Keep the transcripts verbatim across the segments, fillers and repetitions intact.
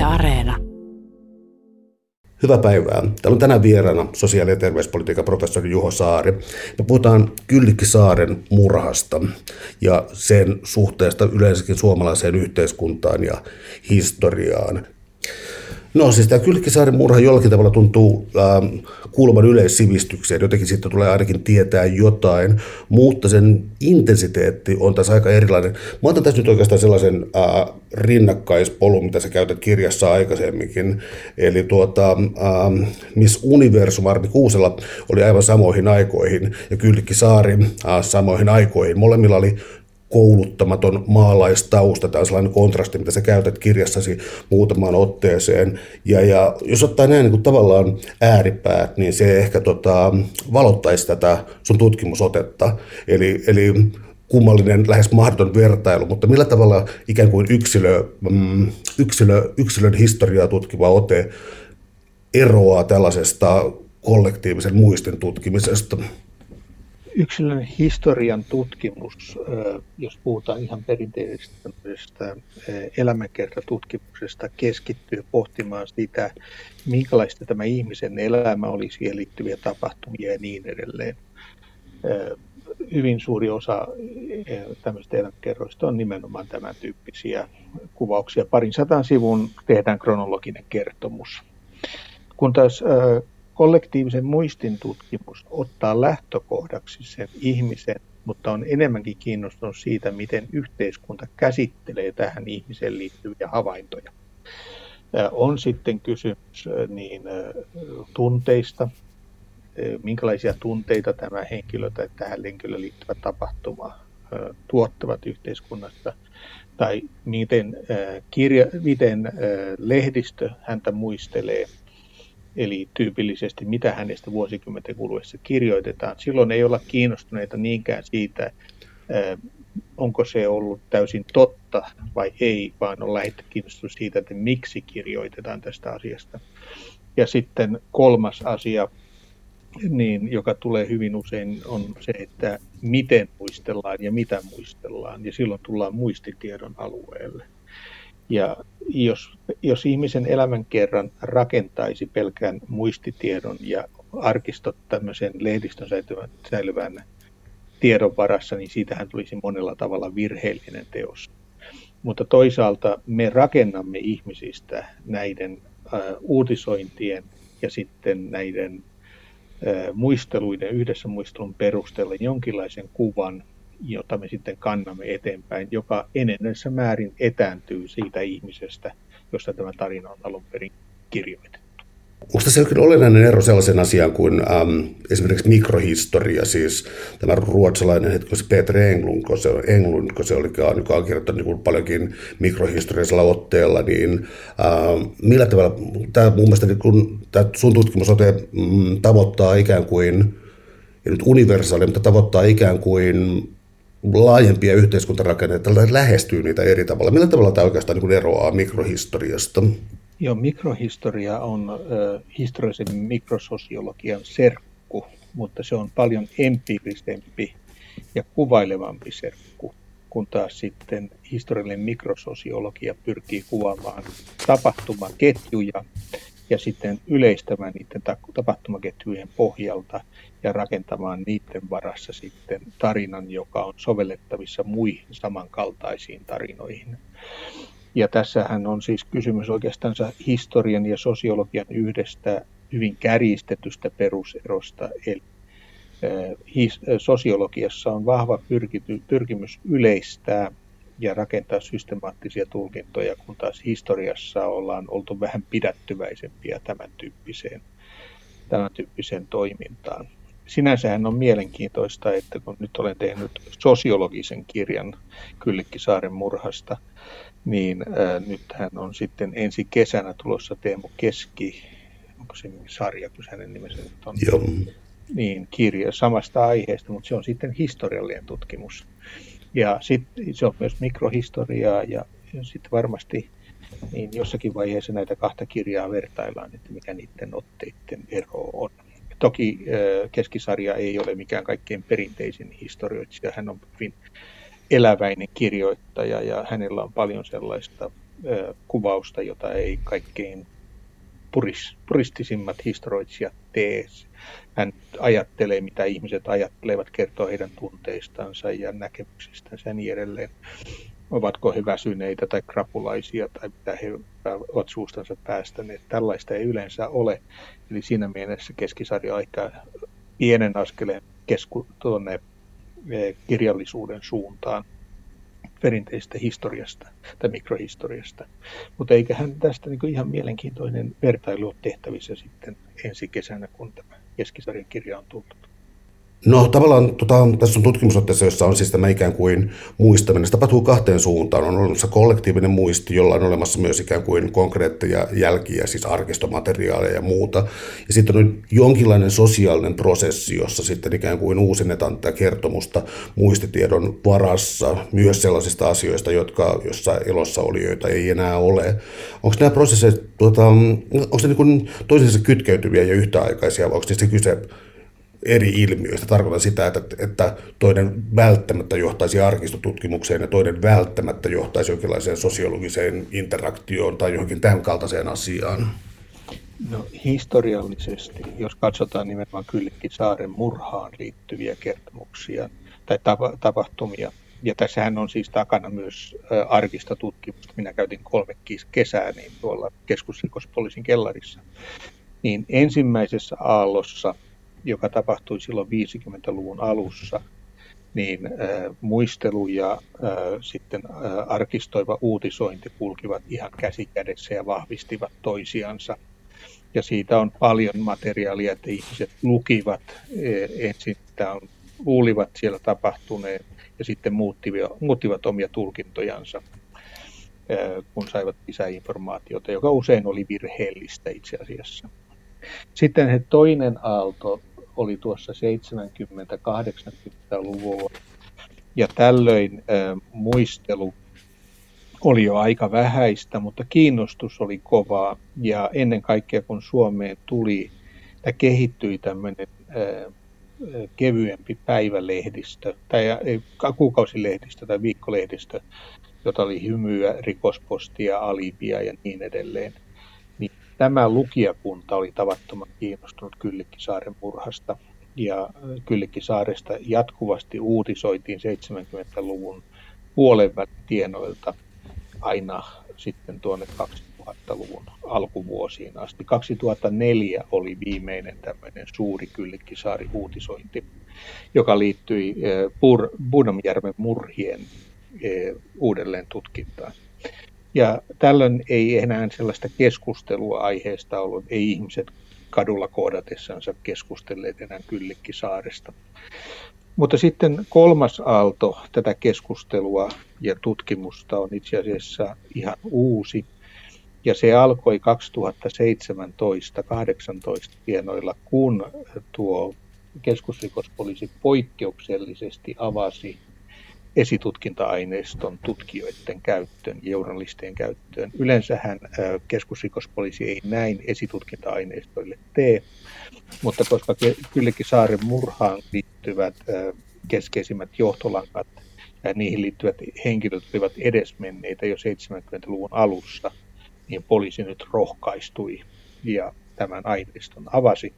Areena. Hyvää päivää. Täällä on tänään vieraana sosiaali- ja terveyspolitiikan professori Juho Saari. Me puhutaan Kyllikkisaaren murhasta ja sen suhteesta yleensäkin suomalaiseen yhteiskuntaan ja historiaan. No siis tämä Kyllikkisaaren murha jollakin tavalla tuntuu äh, kuuluvan yleissivistykseen, jotenkin siitä tulee ainakin tietää jotain, mutta sen intensiteetti on tässä aika erilainen. Mä otan tässä nyt oikeastaan sellaisen äh, rinnakkaispolun, mitä sä käytät kirjassa aikaisemminkin, eli tuota, äh, Miss Universum Arni Kuusela oli aivan samoihin aikoihin ja Kyllikkisaari äh, samoihin aikoihin. Molemmilla oli kouluttamaton maalaistausta, tämä on sellainen kontrasti, mitä sä käytät kirjassasi muutamaan otteeseen. Ja, ja jos ottaa näin niin kuin tavallaan ääripäät, niin se ehkä tota, valottaisi tätä sun tutkimusotetta. Eli, eli kummallinen, lähes mahdoton vertailu, mutta millä tavalla ikään kuin yksilö, mm, yksilö, yksilön historiaa tutkiva ote eroaa tällaisesta kollektiivisen muistin tutkimisesta? Yksilön historian tutkimus, jos puhutaan ihan perinteisestä elämänkertatutkimuksesta, keskittyy pohtimaan sitä, minkälaista tämä ihmisen elämä oli, siihen liittyviä tapahtumia ja niin edelleen. Hyvin suuri osa tämmöistä elämänkerroista on nimenomaan tämän tyyppisiä kuvauksia. Parin sataan sivun tehdään kronologinen kertomus. Kun taas kollektiivisen muistin tutkimus ottaa lähtökohdaksi sen ihmisen, mutta on enemmänkin kiinnostunut siitä, miten yhteiskunta käsittelee tähän ihmiseen liittyviä havaintoja. On sitten kysymys niin tunteista, minkälaisia tunteita tämä henkilö tai tähän henkilöön liittyvä tapahtuma tuottavat yhteiskunnasta, tai miten, kirja, miten lehdistö häntä muistelee. Eli tyypillisesti, mitä hänestä vuosikymmenten kuluessa kirjoitetaan. Silloin ei olla kiinnostuneita niinkään siitä, onko se ollut täysin totta vai ei, vaan on lähdetty kiinnostunut siitä, että miksi kirjoitetaan tästä asiasta. Ja sitten kolmas asia, niin, joka tulee hyvin usein, on se, että miten muistellaan ja mitä muistellaan. Ja silloin tullaan muistitiedon alueelle. Ja jos, jos ihmisen elämänkerran rakentaisi pelkän muistitiedon ja arkistot tämmöisen lehdistön säilyvän, säilyvän tiedon varassa, niin siitähän tulisi monella tavalla virheellinen teos. Mutta toisaalta me rakennamme ihmisistä näiden äh, uutisointien ja sitten näiden äh, muisteluiden, yhdessä muistelun perusteella jonkinlaisen kuvan, jota me sitten kannamme eteenpäin, joka enenessä määrin etääntyy siitä ihmisestä, josta tämä tarina on alun perin kirjoitettu. Onko tässä jokin olennainen ero sellaisen asian kuin äm, esimerkiksi mikrohistoria, siis tämä ruotsalainen hetki, se Peter Englund, kun se, Englund, kun se olikaan, joka on kirjoittanut niin paljonkin mikrohistoriallisella otteella, niin ähm, millä tavalla, tämä mun mielestä niin kun, tämä sun tutkimusote mm, tavoittaa ikään kuin, ei nyt universaali, mutta tavoittaa ikään kuin laajempia yhteiskuntarakenteita, lähestyy niitä eri tavalla. Millä tavalla tämä oikeastaan niin kuin eroaa mikrohistoriasta? Joo, mikrohistoria on äh, historiallisen mikrososiologian serkku, mutta se on paljon empiirisempi ja kuvailevampi serkku, kun taas sitten historiallinen mikrososiologia pyrkii kuvaamaan tapahtumaketjuja ja sitten yleistämään niiden tapahtumaketjujen pohjalta ja rakentamaan niiden varassa sitten tarinan, joka on sovellettavissa muihin samankaltaisiin tarinoihin. Ja tässähän on siis kysymys oikeastaan historian ja sosiologian yhdestä hyvin kärjistetystä peruserosta. Eli sosiologiassa on vahva pyrkimys yleistää ja rakentaa systemaattisia tulkintoja, kun taas historiassa ollaan oltu vähän pidättyväisempiä tämän tyyppiseen, tämän tyyppiseen toimintaan. Sinänsähän on mielenkiintoista, että kun nyt olen tehnyt sosiologisen kirjan Kyllikkisaaren murhasta, niin ää, nythän on sitten ensi kesänä tulossa Teemu Keski, onko se sarja, kun hänen nimensä nyt on, Joo. Niin, kirja samasta aiheesta, mutta se on sitten historiallinen tutkimus. Ja sitten se on myös mikrohistoriaa ja, ja sitten varmasti niin jossakin vaiheessa näitä kahta kirjaa vertaillaan, että mikä niiden otteiden ero on. Toki Keskisarja ei ole mikään kaikkein perinteisin historioitsija. Hän on hyvin eläväinen kirjoittaja ja hänellä on paljon sellaista kuvausta, jota ei kaikkein puris, puristisimmat historioitsijat tee. Hän ajattelee, mitä ihmiset ajattelevat, kertoo heidän tunteistansa ja näkemyksistänsä ja niin edelleen. Ovatko he väsyneitä tai krapulaisia tai mitä he ovat suustansa päästäneet. Tällaista ei yleensä ole. Eli siinä mielessä Keskisarja aika pienen askeleen kesku, tuonne kirjallisuuden suuntaan perinteisestä historiasta tai mikrohistoriasta. Mutta eiköhän tästä niin kuin ihan mielenkiintoinen vertailu ole tehtävissä sitten ensi kesänä, kun tämä Keskisarjan kirja on tullut. No tavallaan tota, tässä on tutkimusotteessa, jossa on siis tämä ikään kuin muistaminen. Se tapahtuu kahteen suuntaan. On olemassa kollektiivinen muisti, jolla on olemassa myös ikään kuin konkreetteja jälkiä, siis arkistomateriaaleja ja muuta. Ja sitten on jonkinlainen sosiaalinen prosessi, jossa sitten ikään kuin uusinnetaan tätä kertomusta muistitiedon varassa, myös sellaisista asioista, jotka jossa elossa olijoita ei enää ole. Onko nämä prosessit, tuota, onko ne niin kuin toisensa kytkeytyviä ja yhtäaikaisia, vai onko niissä kyse eri ilmiöistä? Tarkoitan sitä, että, että toinen välttämättä johtaisi arkistotutkimukseen ja toinen välttämättä johtaisi jonkinlaiseen sosiologiseen interaktioon tai johonkin tämän kaltaiseen asiaan. No, historiallisesti, jos katsotaan nimenomaan Kyllikki-Saaren murhaan liittyviä kertomuksia tai tapahtumia, ja tässähän on siis takana myös arkistotutkimusta, minä käytin kolme kesää niin tuolla keskusrikospoliisin kellarissa, niin ensimmäisessä aallossa, joka tapahtui silloin viisikymmentäluvun alussa, niin äh, muistelu ja äh, sitten äh, arkistoiva uutisointi kulkivat ihan käsi kädessä ja vahvistivat toisiansa. Ja siitä on paljon materiaalia, että ihmiset lukivat äh, ensin, että on, luulivat siellä tapahtuneen ja sitten muuttivat, muuttivat omia tulkintojansa, äh, kun saivat lisää informaatiota, joka usein oli virheellistä itse asiassa. Sitten he toinen aalto oli tuossa seitsemänkymmentä-kahdeksankymmentäluvulla, ja tällöin äh, muistelu oli jo aika vähäistä, mutta kiinnostus oli kovaa, ja ennen kaikkea kun Suomeen tuli tai kehittyi tämmöinen äh, kevyempi päivälehdistö, tai äh, kuukausilehdistö tai viikkolehdistö, jota oli Hymyä, Rikospostia, Alibia ja niin edelleen, niin tämä lukijakunta oli tavattoman kiinnostunut Kyllikki-Saaren murhasta, ja Kyllikki-Saaresta jatkuvasti uutisoitiin seitsemänkymmentäluvun puolenvälin tienoilta aina sitten tuonne kaksituhattaluvun alkuvuosiin asti. kaksituhattaneljä oli viimeinen tämmöinen suuri Kyllikki-Saari-uutisointi, joka liittyi Puudamjärven murhien uudelleen tutkintaan. Ja tällöin ei enää sellaista keskustelua aiheesta ollut, ei ihmiset kadulla kohdatessansa keskustelleet enää Kyllikki-Saaresta. Mutta sitten kolmas aalto tätä keskustelua ja tutkimusta on itse asiassa ihan uusi. Ja se alkoi kaksituhattaseitsemäntoista kahdeksantoista tienoilla, kun tuo keskusrikospoliisi poikkeuksellisesti avasi esitutkinta-aineiston tutkijoiden käyttöön ja journalistien käyttöön. Yleensähän keskusrikospoliisi ei näin esitutkinta-aineistoille tee, mutta koska Kyllikki-Saaren murhaan liittyvät keskeisimmät johtolankat ja niihin liittyvät henkilöt olivat edesmenneitä jo seitsemänkymmentäluvun alussa, niin poliisi nyt rohkaistui ja tämän aineiston avasi.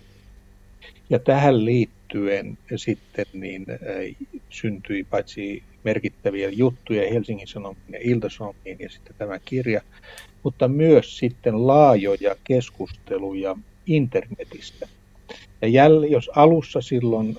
Ja tähän liittyen sitten niin äh, syntyi paitsi merkittäviä juttuja Helsingin Sanomien ja Ilta-Sanomien ja sitten tämä kirja, mutta myös sitten laajoja keskusteluja internetistä. Ja jälleen, jos alussa silloin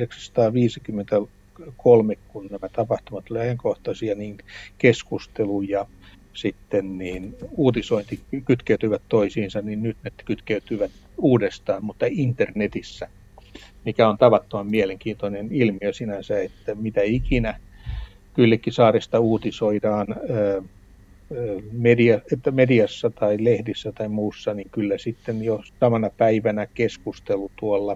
tuhatyhdeksänsataaviisikymmentäkolme, kun nämä tapahtumat olivat ajankohtaisia, niin keskustelu ja sitten niin uutisointi kytkeytyvät toisiinsa, niin nyt ne kytkeytyvät uudestaan, mutta internetissä, mikä on tavattoman mielenkiintoinen ilmiö sinänsä, että mitä ikinä Kyllikki-Saaresta uutisoidaan media, että mediassa tai lehdissä tai muussa, niin kyllä sitten jo samana päivänä keskustelu tuolla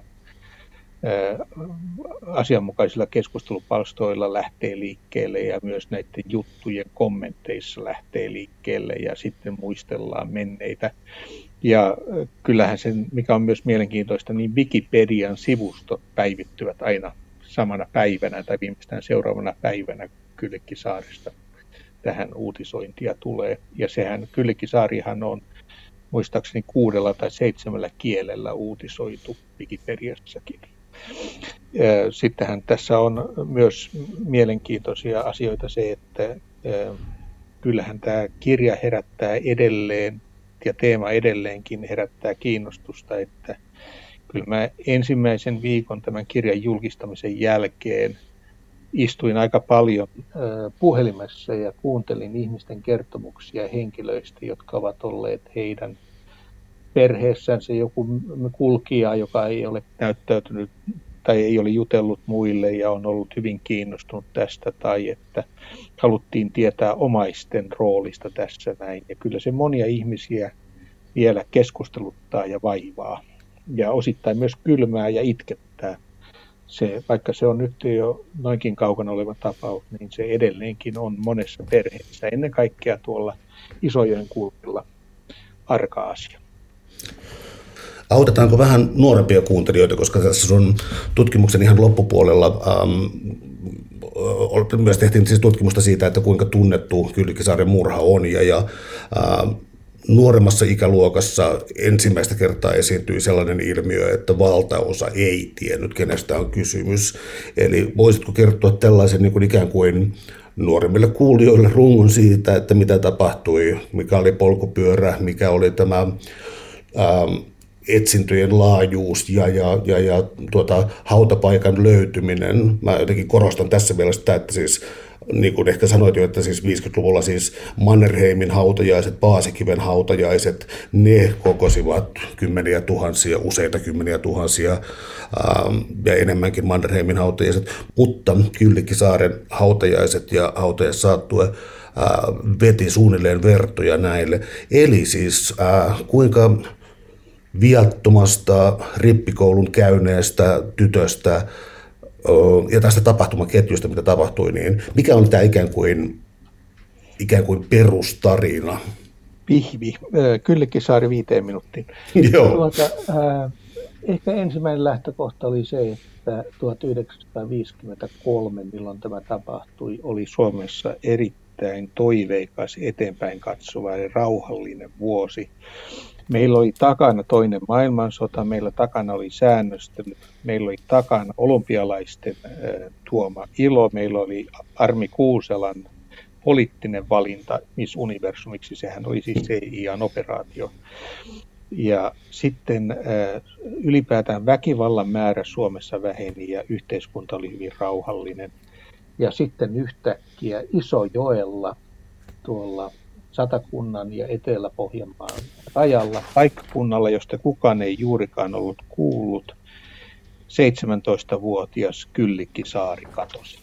asianmukaisilla keskustelupalstoilla lähtee liikkeelle ja myös näiden juttujen kommenteissa lähtee liikkeelle ja sitten muistellaan menneitä. Ja kyllähän sen, mikä on myös mielenkiintoista, niin Wikipedian sivustot päivittyvät aina samana päivänä tai viimeistään seuraavana päivänä Kyllikki-Saaresta tähän uutisointia tulee. Ja sehän Kyllikkisaarihan on muistaakseni kuudella tai seitsemällä kielellä uutisoitu Wikipediassakin. Sittenhän tässä on myös mielenkiintoisia asioita se, että kyllähän tämä kirja herättää edelleen ja teema edelleenkin herättää kiinnostusta, että kyllä mä ensimmäisen viikon tämän kirjan julkistamisen jälkeen istuin aika paljon puhelimessa ja kuuntelin ihmisten kertomuksia henkilöistä, jotka ovat olleet heidän perheessänsä joku kulkija, joka ei ole näyttäytynyt tai ei ole jutellut muille ja on ollut hyvin kiinnostunut tästä, tai että haluttiin tietää omaisten roolista tässä näin. Ja kyllä se monia ihmisiä vielä keskusteluttaa ja vaivaa. Ja osittain myös kylmää ja itkettää. Se, vaikka se on nyt jo noinkin kaukana oleva tapaus, niin se edelleenkin on monessa perheessä, ennen kaikkea tuolla Isojoen kulmilla arka asia. Autetaanko vähän nuorempia kuuntelijoita, koska tässä sun tutkimuksen ihan loppupuolella ähm, myös tehtiin siis tutkimusta siitä, että kuinka tunnettu Kyllikkisaaren murha on, ja, ja äh, nuoremmassa ikäluokassa ensimmäistä kertaa esiintyi sellainen ilmiö, että valtaosa ei tiennyt, kenestä on kysymys. Eli voisitko kertoa tällaisen niin kuin ikään kuin nuoremmille kuulijoille rungon siitä, että mitä tapahtui, mikä oli polkupyörä, mikä oli tämä ähm, etsintöjen laajuus ja, ja, ja, ja tuota, hautapaikan löytyminen. Mä jotenkin korostan tässä vielä sitä, että siis niin kuin ehkä sanoit jo, että siis viisikymmentäluvulla siis Mannerheimin hautajaiset, Paasikiven hautajaiset, ne kokosivat kymmeniä tuhansia, useita kymmeniä tuhansia ähm, ja enemmänkin Mannerheimin hautajaiset, mutta Kyllikkisaaren hautajaiset ja hautajaissaattue äh, veti suunnilleen vertoja näille. Eli siis äh, kuinka viattomasta rippikoulun käyneestä tytöstä ja tästä tapahtumaketjusta, mitä tapahtui, niin mikä on tämä ikään kuin, ikään kuin perustarina? Pihvi. Kyllikkisaari viiteen minuuttiin. Joo. Tuota, äh, ehkä ensimmäinen lähtökohta oli se, että tuhatyhdeksänsataaviisikymmentäkolme, milloin tämä tapahtui, oli Suomessa erittäin toiveikas, eteenpäin katsova ja rauhallinen vuosi. Meillä oli takana toinen maailmansota, meillä takana oli säännöstely, meillä oli takana olympialaisten äh, tuoma ilo, meillä oli Armi Kuuselan poliittinen valinta Miss Universumiksi, sehän oli siis C I A-operaatio. Ja sitten äh, ylipäätään väkivallan määrä Suomessa väheni ja yhteiskunta oli hyvin rauhallinen. Ja sitten yhtäkkiä Isojoella tuolla Satakunnan ja Etelä-Pohjanmaan rajalla, paikkakunnalla, josta kukaan ei juurikaan ollut kuullut, seitsemäntoistavuotias Kyllikkisaari katosi.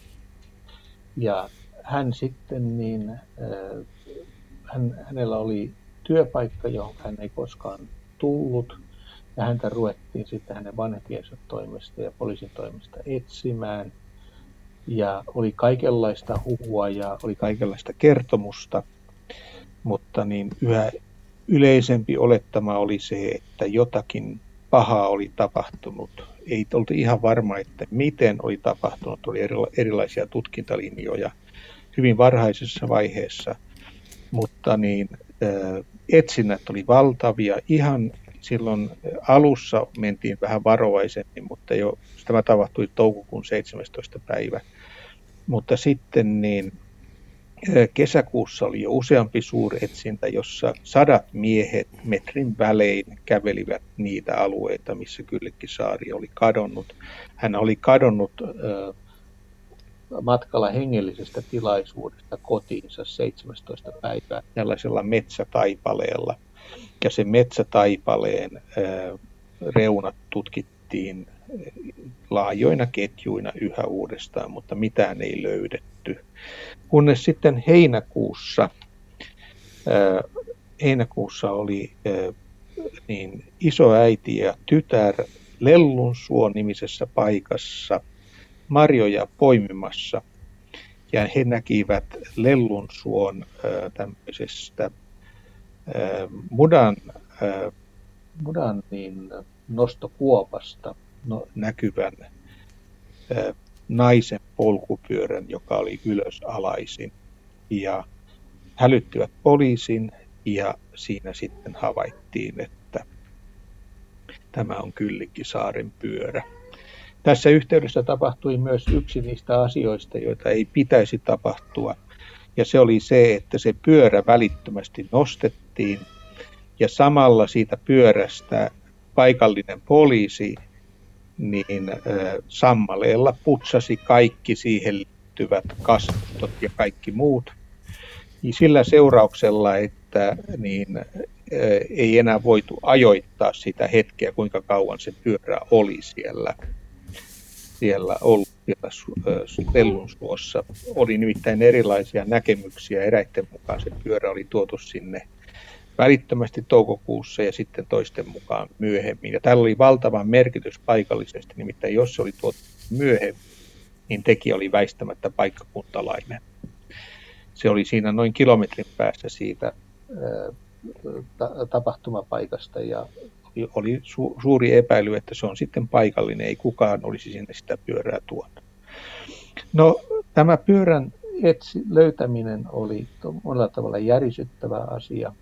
Ja hän sitten, niin, äh, hän, hänellä oli työpaikka, johon hän ei koskaan tullut, ja häntä ruvettiin sitten hänen vanhempiensa toimesta ja poliisin toimesta etsimään. Ja oli kaikenlaista huhua ja oli kaikenlaista kertomusta. Mutta niin yhä yleisempi olettama oli se, että jotakin pahaa oli tapahtunut. Ei oltu ihan varma, että miten oli tapahtunut. Oli erilaisia tutkintalinjoja hyvin varhaisessa vaiheessa, mutta niin, etsinnät oli valtavia. Ihan silloin alussa mentiin vähän varovaisemmin, mutta jo tämä tapahtui toukokuun seitsemästoista päivä. Mutta sitten niin kesäkuussa oli jo useampi suuretsintä, jossa sadat miehet metrin välein kävelivät niitä alueita, missä Kyllikkisaari oli kadonnut. Hän oli kadonnut äh, matkalla hengellisestä tilaisuudesta kotiinsa seitsemästoista päivää tällaisella metsätaipaleella. Ja sen metsätaipaleen äh, reunat tutkittiin laajoina ketjuina yhä uudestaan, mutta mitään ei löydetty. Kunnes sitten heinäkuussa, äh, heinäkuussa oli äh, niin isoäiti ja tytär Lellunsuon-nimisessä paikassa marjoja poimimassa. Ja he näkivät Lellunsuon äh, tämmöisestä äh, mudan, äh, mudan niin nostokuopasta no, näkyvän äh, naisen polkupyörän, joka oli ylösalaisin. Ja hälyttivät poliisin ja siinä sitten havaittiin, että tämä on Kyllikkisaaren pyörä. Tässä yhteydessä tapahtui myös yksi niistä asioista, joita ei pitäisi tapahtua, ja se oli se, että se pyörä välittömästi nostettiin ja samalla siitä pyörästä paikallinen poliisi niin äh, sammaleella putsasi kaikki siihen liittyvät kasvustot ja kaikki muut. Ja sillä seurauksella, että niin, äh, ei enää voitu ajoittaa sitä hetkeä, kuinka kauan se pyörä oli siellä, siellä ollut siellä Pellunsuossa. Oli nimittäin erilaisia näkemyksiä. Eräiden mukaan se pyörä oli tuotu sinne välittömästi toukokuussa ja sitten toisten mukaan myöhemmin. Ja tällä oli valtava merkitys paikallisesti, nimittäin jos se oli tuotu myöhemmin, niin tekijä oli väistämättä paikkakuntalainen. Se oli siinä noin kilometrin päässä siitä ää, tapahtumapaikasta ja oli su- suuri epäily, että se on sitten paikallinen, ei kukaan olisi sinne sitä pyörää tuonut. No, tämä pyörän etsi- löytäminen oli monella tavalla järisyttävä asia.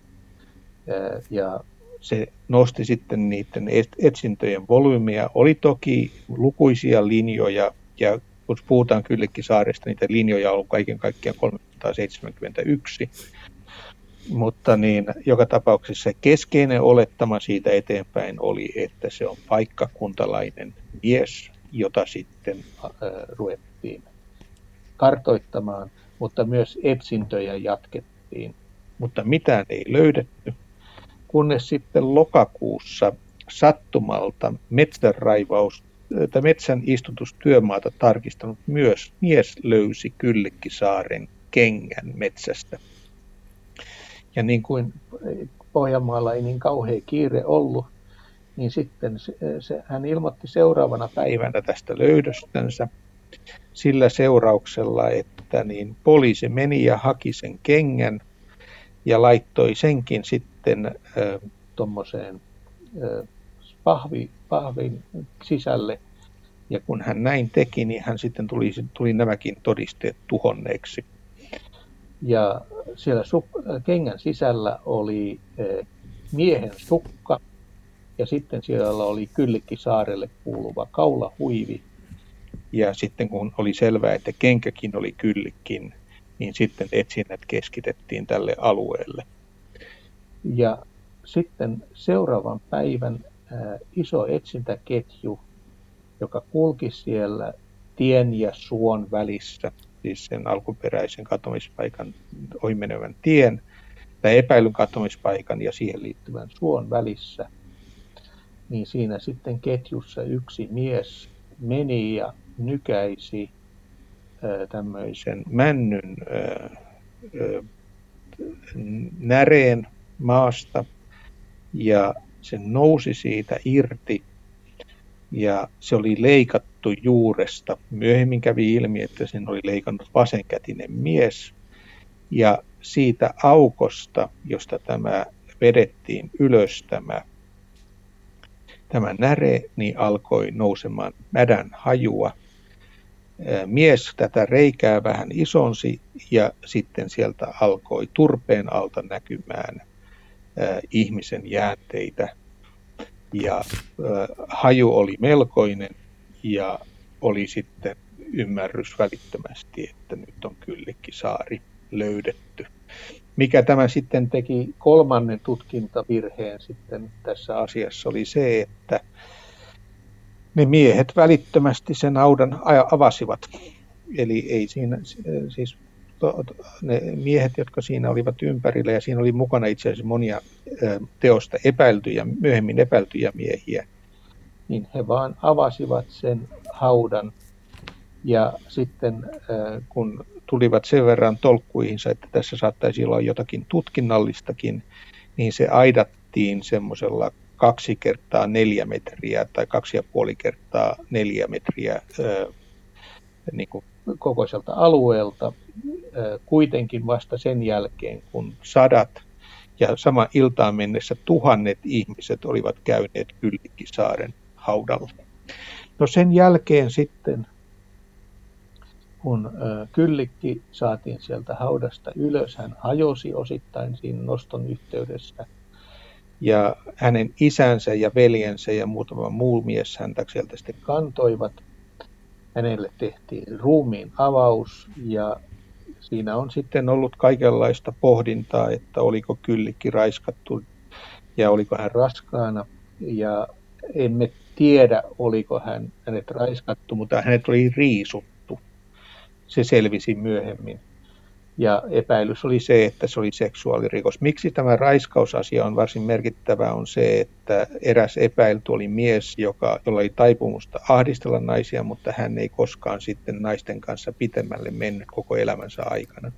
Ja se nosti sitten niiden etsintöjen volyymia. Oli toki lukuisia linjoja, ja kun puhutaan Kyllikkisaaresta, niitä linjoja on ollut kaiken kaikkiaan kolmesataaseitsemänkymmentäyksi. Mutta niin, joka tapauksessa keskeinen olettama siitä eteenpäin oli, että se on paikkakuntalainen mies, jota sitten äh, ruvettiin kartoittamaan, mutta myös etsintöjä jatkettiin. Mutta mitään ei löydetty. Kunnes sitten lokakuussa sattumalta metsänraivaus tai metsän istutustyömaata tarkistanut myös mies löysi Kyllikkisaaren kengän metsästä. Ja niin kuin Pohjanmaalla ei niin kauhea kiire ollut, niin sitten se, se, hän ilmoitti seuraavana päivänä tästä löydöstänsä sillä seurauksella, että niin poliisi meni ja haki sen kengän ja laittoi senkin sitten tuommoiseen pahvi, pahvin sisälle. Ja kun hän näin teki, niin hän sitten tuli, tuli nämäkin todisteet tuhonneeksi. Ja siellä su- kengän sisällä oli miehen sukka ja sitten siellä oli Kyllikkisaarelle kuuluva kaulahuivi. Ja sitten kun oli selvää, että kenkäkin oli Kyllikkin, niin sitten etsinnät keskitettiin tälle alueelle. Ja sitten seuraavan päivän ää, iso etsintäketju, joka kulki siellä tien ja suon välissä, siis sen alkuperäisen katoamispaikan ohimenevän tien, tai epäilyn katoamispaikan ja siihen liittyvän suon välissä, niin siinä sitten ketjussa yksi mies meni ja nykäisi ää, tämmöisen männyn ää, ää, näreen maasta, ja se nousi siitä irti, ja se oli leikattu juuresta. Myöhemmin kävi ilmi, että sen oli leikannut vasenkätinen mies, ja siitä aukosta, josta tämä vedettiin ylös, tämä, tämä näre, niin alkoi nousemaan mädän hajua. Mies tätä reikää vähän isonsi, ja sitten sieltä alkoi turpeen alta näkymään äh, ihmisen jäänteitä. Ja äh, haju oli melkoinen, ja oli sitten ymmärrys välittömästi, että nyt on Kyllikkisaari löydetty. Mikä tämä sitten teki kolmannen tutkintavirheen sitten tässä asiassa oli se, että ne miehet välittömästi sen haudan avasivat. Eli ei siinä, siis ne miehet, jotka siinä olivat ympärillä, ja siinä oli mukana itse asiassa monia teosta epäiltyjä, myöhemmin epäiltyjä miehiä, niin he vaan avasivat sen haudan, ja sitten kun tulivat sen verran tolkkuihinsa, että tässä saattaisi olla jotakin tutkinnallistakin, niin se aidattiin semmoisella kaksi kertaa neljä metriä tai kaksi ja puoli kertaa neljä metriä ää, niin kuin kokoiselta alueelta, ää, kuitenkin vasta sen jälkeen, kun sadat ja sama iltaan mennessä tuhannet ihmiset olivat käyneet Kyllikkisaaren haudalla. No sen jälkeen sitten kun Kyllikki saatiin sieltä haudasta ylös, hän hajosi osittain siinä noston yhteydessä. Ja hänen isänsä ja veljensä ja muutama muu mies häntä sieltä sitten kantoivat. Hänelle tehtiin ruumiin avaus ja siinä on sitten ollut kaikenlaista pohdintaa, että oliko Kyllikki raiskattu ja oliko hän raskaana. Ja emme tiedä, oliko hän hänet raiskattu, mutta hänet oli riisuttu. Se selvisi myöhemmin. Ja epäilys oli se, että se oli seksuaalirikos. Miksi tämä raiskausasia on varsin merkittävä, on se, että eräs epäilty oli mies, joka, jolla oli taipumusta ahdistella naisia, mutta hän ei koskaan sitten naisten kanssa pitemmälle mennyt koko elämänsä aikana,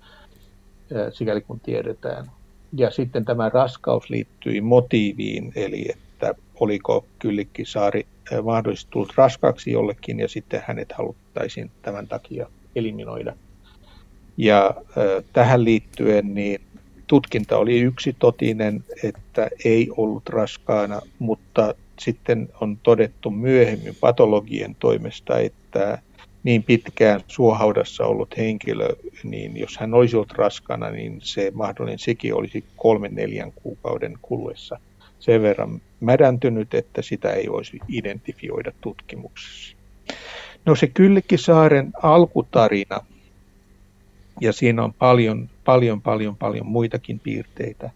sikäli kun tiedetään. Ja sitten tämä raskaus liittyi motiiviin, eli että oliko Kyllikkisaari mahdollisesti tullut raskaaksi jollekin ja sitten hänet haluttaisiin tämän takia eliminoida. Ja äh, tähän liittyen niin tutkinta oli yksitotinen, että ei ollut raskaana, mutta sitten on todettu myöhemmin patologien toimesta, että niin pitkään suohaudassa ollut henkilö, niin jos hän olisi ollut raskaana, niin se mahdollinen sekin olisi kolmen neljän kuukauden kuluessa sen verran mädäntynyt, että sitä ei voisi identifioida tutkimuksessa. No se Kyllikkisaaren alkutarina, ja siinä on paljon, paljon, paljon, paljon muitakin piirteitä,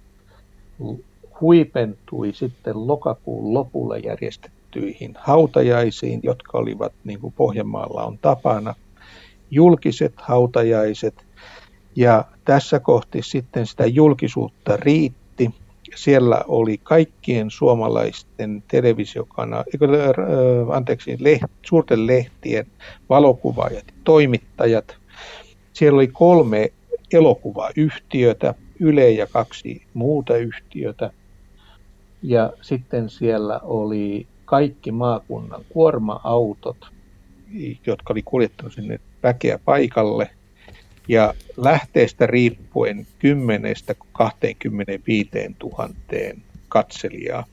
huipentui sitten lokakuun lopulla järjestettyihin hautajaisiin, jotka olivat, niin kuin Pohjanmaalla on tapana, julkiset hautajaiset. Ja tässä kohti sitten sitä julkisuutta riitti. Siellä oli kaikkien suomalaisten televisiokana, anteeksi, leht, suurten lehtien valokuvaajat ja toimittajat. Siellä oli kolme elokuvayhtiötä, Yle ja kaksi muuta yhtiötä. Ja sitten siellä oli kaikki maakunnan kuorma-autot, jotka oli kuljettanut sinne väkeä paikalle. Ja lähteestä riippuen kymmenestä kaksikymmentäviisi tuhanteen katselijaa.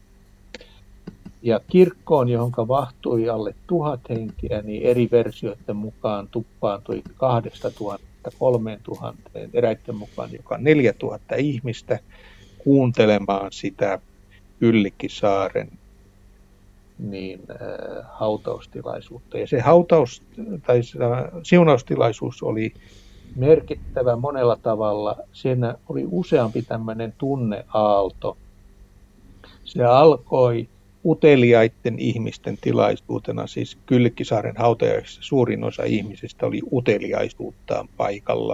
Ja kirkkoon, johon vahtui alle tuhat henkeä, niin eri versioiden mukaan tuppaantui kahdesta tuhannesta kolmeen tuhanteen, eräiden mukaan joka neljätuhatta ihmistä kuuntelemaan sitä Kyllikkisaaren niin, äh, hautaustilaisuutta. Ja se hautaus, tai se siunaustilaisuus oli merkittävä monella tavalla. Siinä oli useampi tämmöinen tunneaalto. Se alkoi uteliaiden ihmisten tilaisuutena, siis Kyllikkisaaren hautajaisissa suurin osa ihmisistä oli uteliaisuuttaan paikalla.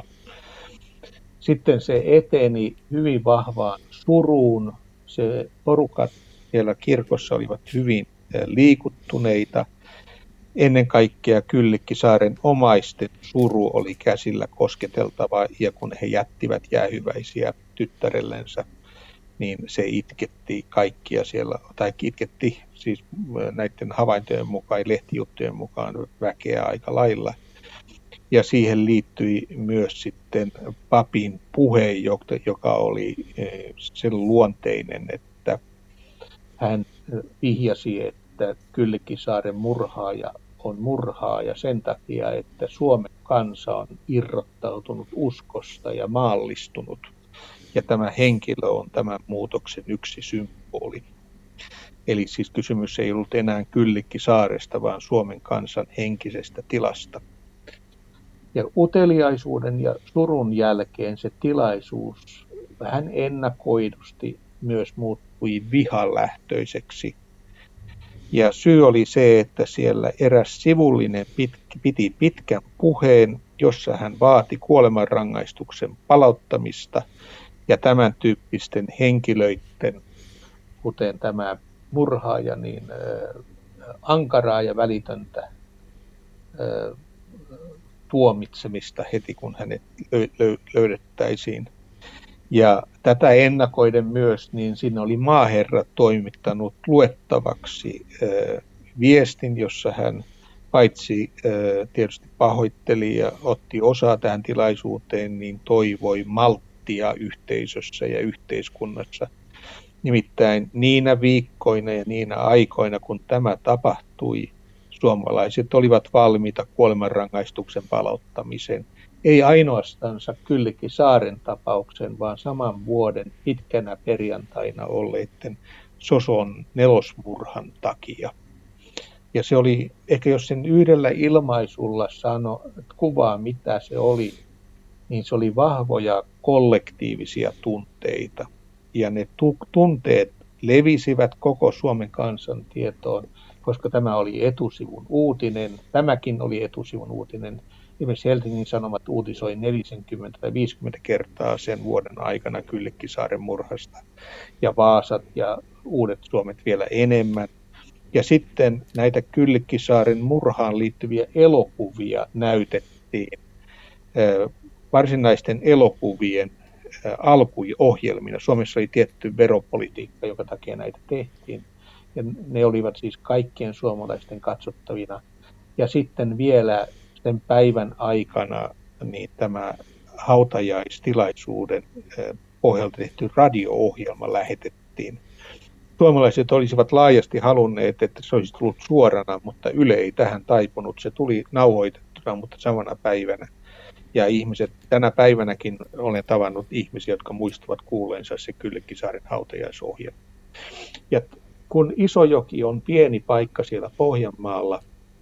Sitten se eteni hyvin vahvaan suruun. Se porukat siellä kirkossa olivat hyvin liikuttuneita. Ennen kaikkea Kyllikkisaaren omaisten suru oli käsillä kosketeltava, ja kun he jättivät jäähyväisiä tyttärellensä, niin se itketti kaikkia siellä, tai itketti siis näiden havaintojen mukaan, lehtijuttujen mukaan väkeä aika lailla. Ja siihen liittyi myös sitten papin puhe, joka oli sen luonteinen, että hän vihjasi, että Kyllikkisaaren murhaaja on murhaaja sen takia, että Suomen kansa on irrottautunut uskosta ja maallistunut. Ja tämä henkilö on tämän muutoksen yksi symboli. Eli siis kysymys ei ollut enää Kyllikkisaaresta, vaan Suomen kansan henkisestä tilasta. Ja uteliaisuuden ja surun jälkeen se tilaisuus vähän ennakoidusti myös muuttui vihalähtöiseksi. Ja syy oli se, että siellä eräs sivullinen piti pitkän puheen, jossa hän vaati kuolemanrangaistuksen palauttamista. Ja tämän tyyppisten henkilöiden, kuten tämä murhaaja, niin ä, ankaraa ja välitöntä ä, tuomitsemista heti, kun hänet löydettäisiin. Ja tätä ennakoiden myös, niin siinä oli maaherra toimittanut luettavaksi ä, viestin, jossa hän paitsi ä, tietysti pahoitteli ja otti osaa tähän tilaisuuteen, niin toivoi malttia yhteisössä ja yhteiskunnassa. Nimittäin niinä viikkoina ja niinä aikoina, kun tämä tapahtui, suomalaiset olivat valmiita kuolemanrangaistuksen palauttamiseen. Ei ainoastaan Kyllikki Saaren tapauksen, vaan saman vuoden pitkänä perjantaina olleiden Soson nelosmurhan takia. Ja se oli, ehkä jos sen yhdellä ilmaisulla sano, kuvaa mitä se oli, niin se oli vahvoja kollektiivisia tunteita. Ja ne tu- tunteet levisivät koko Suomen kansan tietoon, koska tämä oli etusivun uutinen. Tämäkin oli etusivun uutinen. Esimerkiksi Helsingin Sanomat uutisoi neljäkymmentä tai viisikymmentä kertaa sen vuoden aikana Kyllikki Saaren murhasta. Ja Vaasat ja Uudet Suomet vielä enemmän. Ja sitten näitä Kyllikki Saaren murhaan liittyviä elokuvia näytettiin varsinaisten elokuvien alkuohjelmina. Suomessa oli tietty veropolitiikka, joka takia näitä tehtiin. Ja ne olivat siis kaikkien suomalaisten katsottavina. Ja sitten vielä sen päivän aikana niin tämä hautajaistilaisuuden pohjalta tehty radio-ohjelma lähetettiin. Suomalaiset olisivat laajasti halunneet, että se olisi tullut suorana, mutta Yle ei tähän taipunut. Se tuli nauhoitettuna, mutta samana päivänä. Ja ihmiset, tänä päivänäkin olen tavannut ihmisiä, jotka muistavat kuulleensa se Kyllikki Saaren hautajaisohjelma. Ja kun Isojoki on pieni paikka siellä Pohjanmaalla,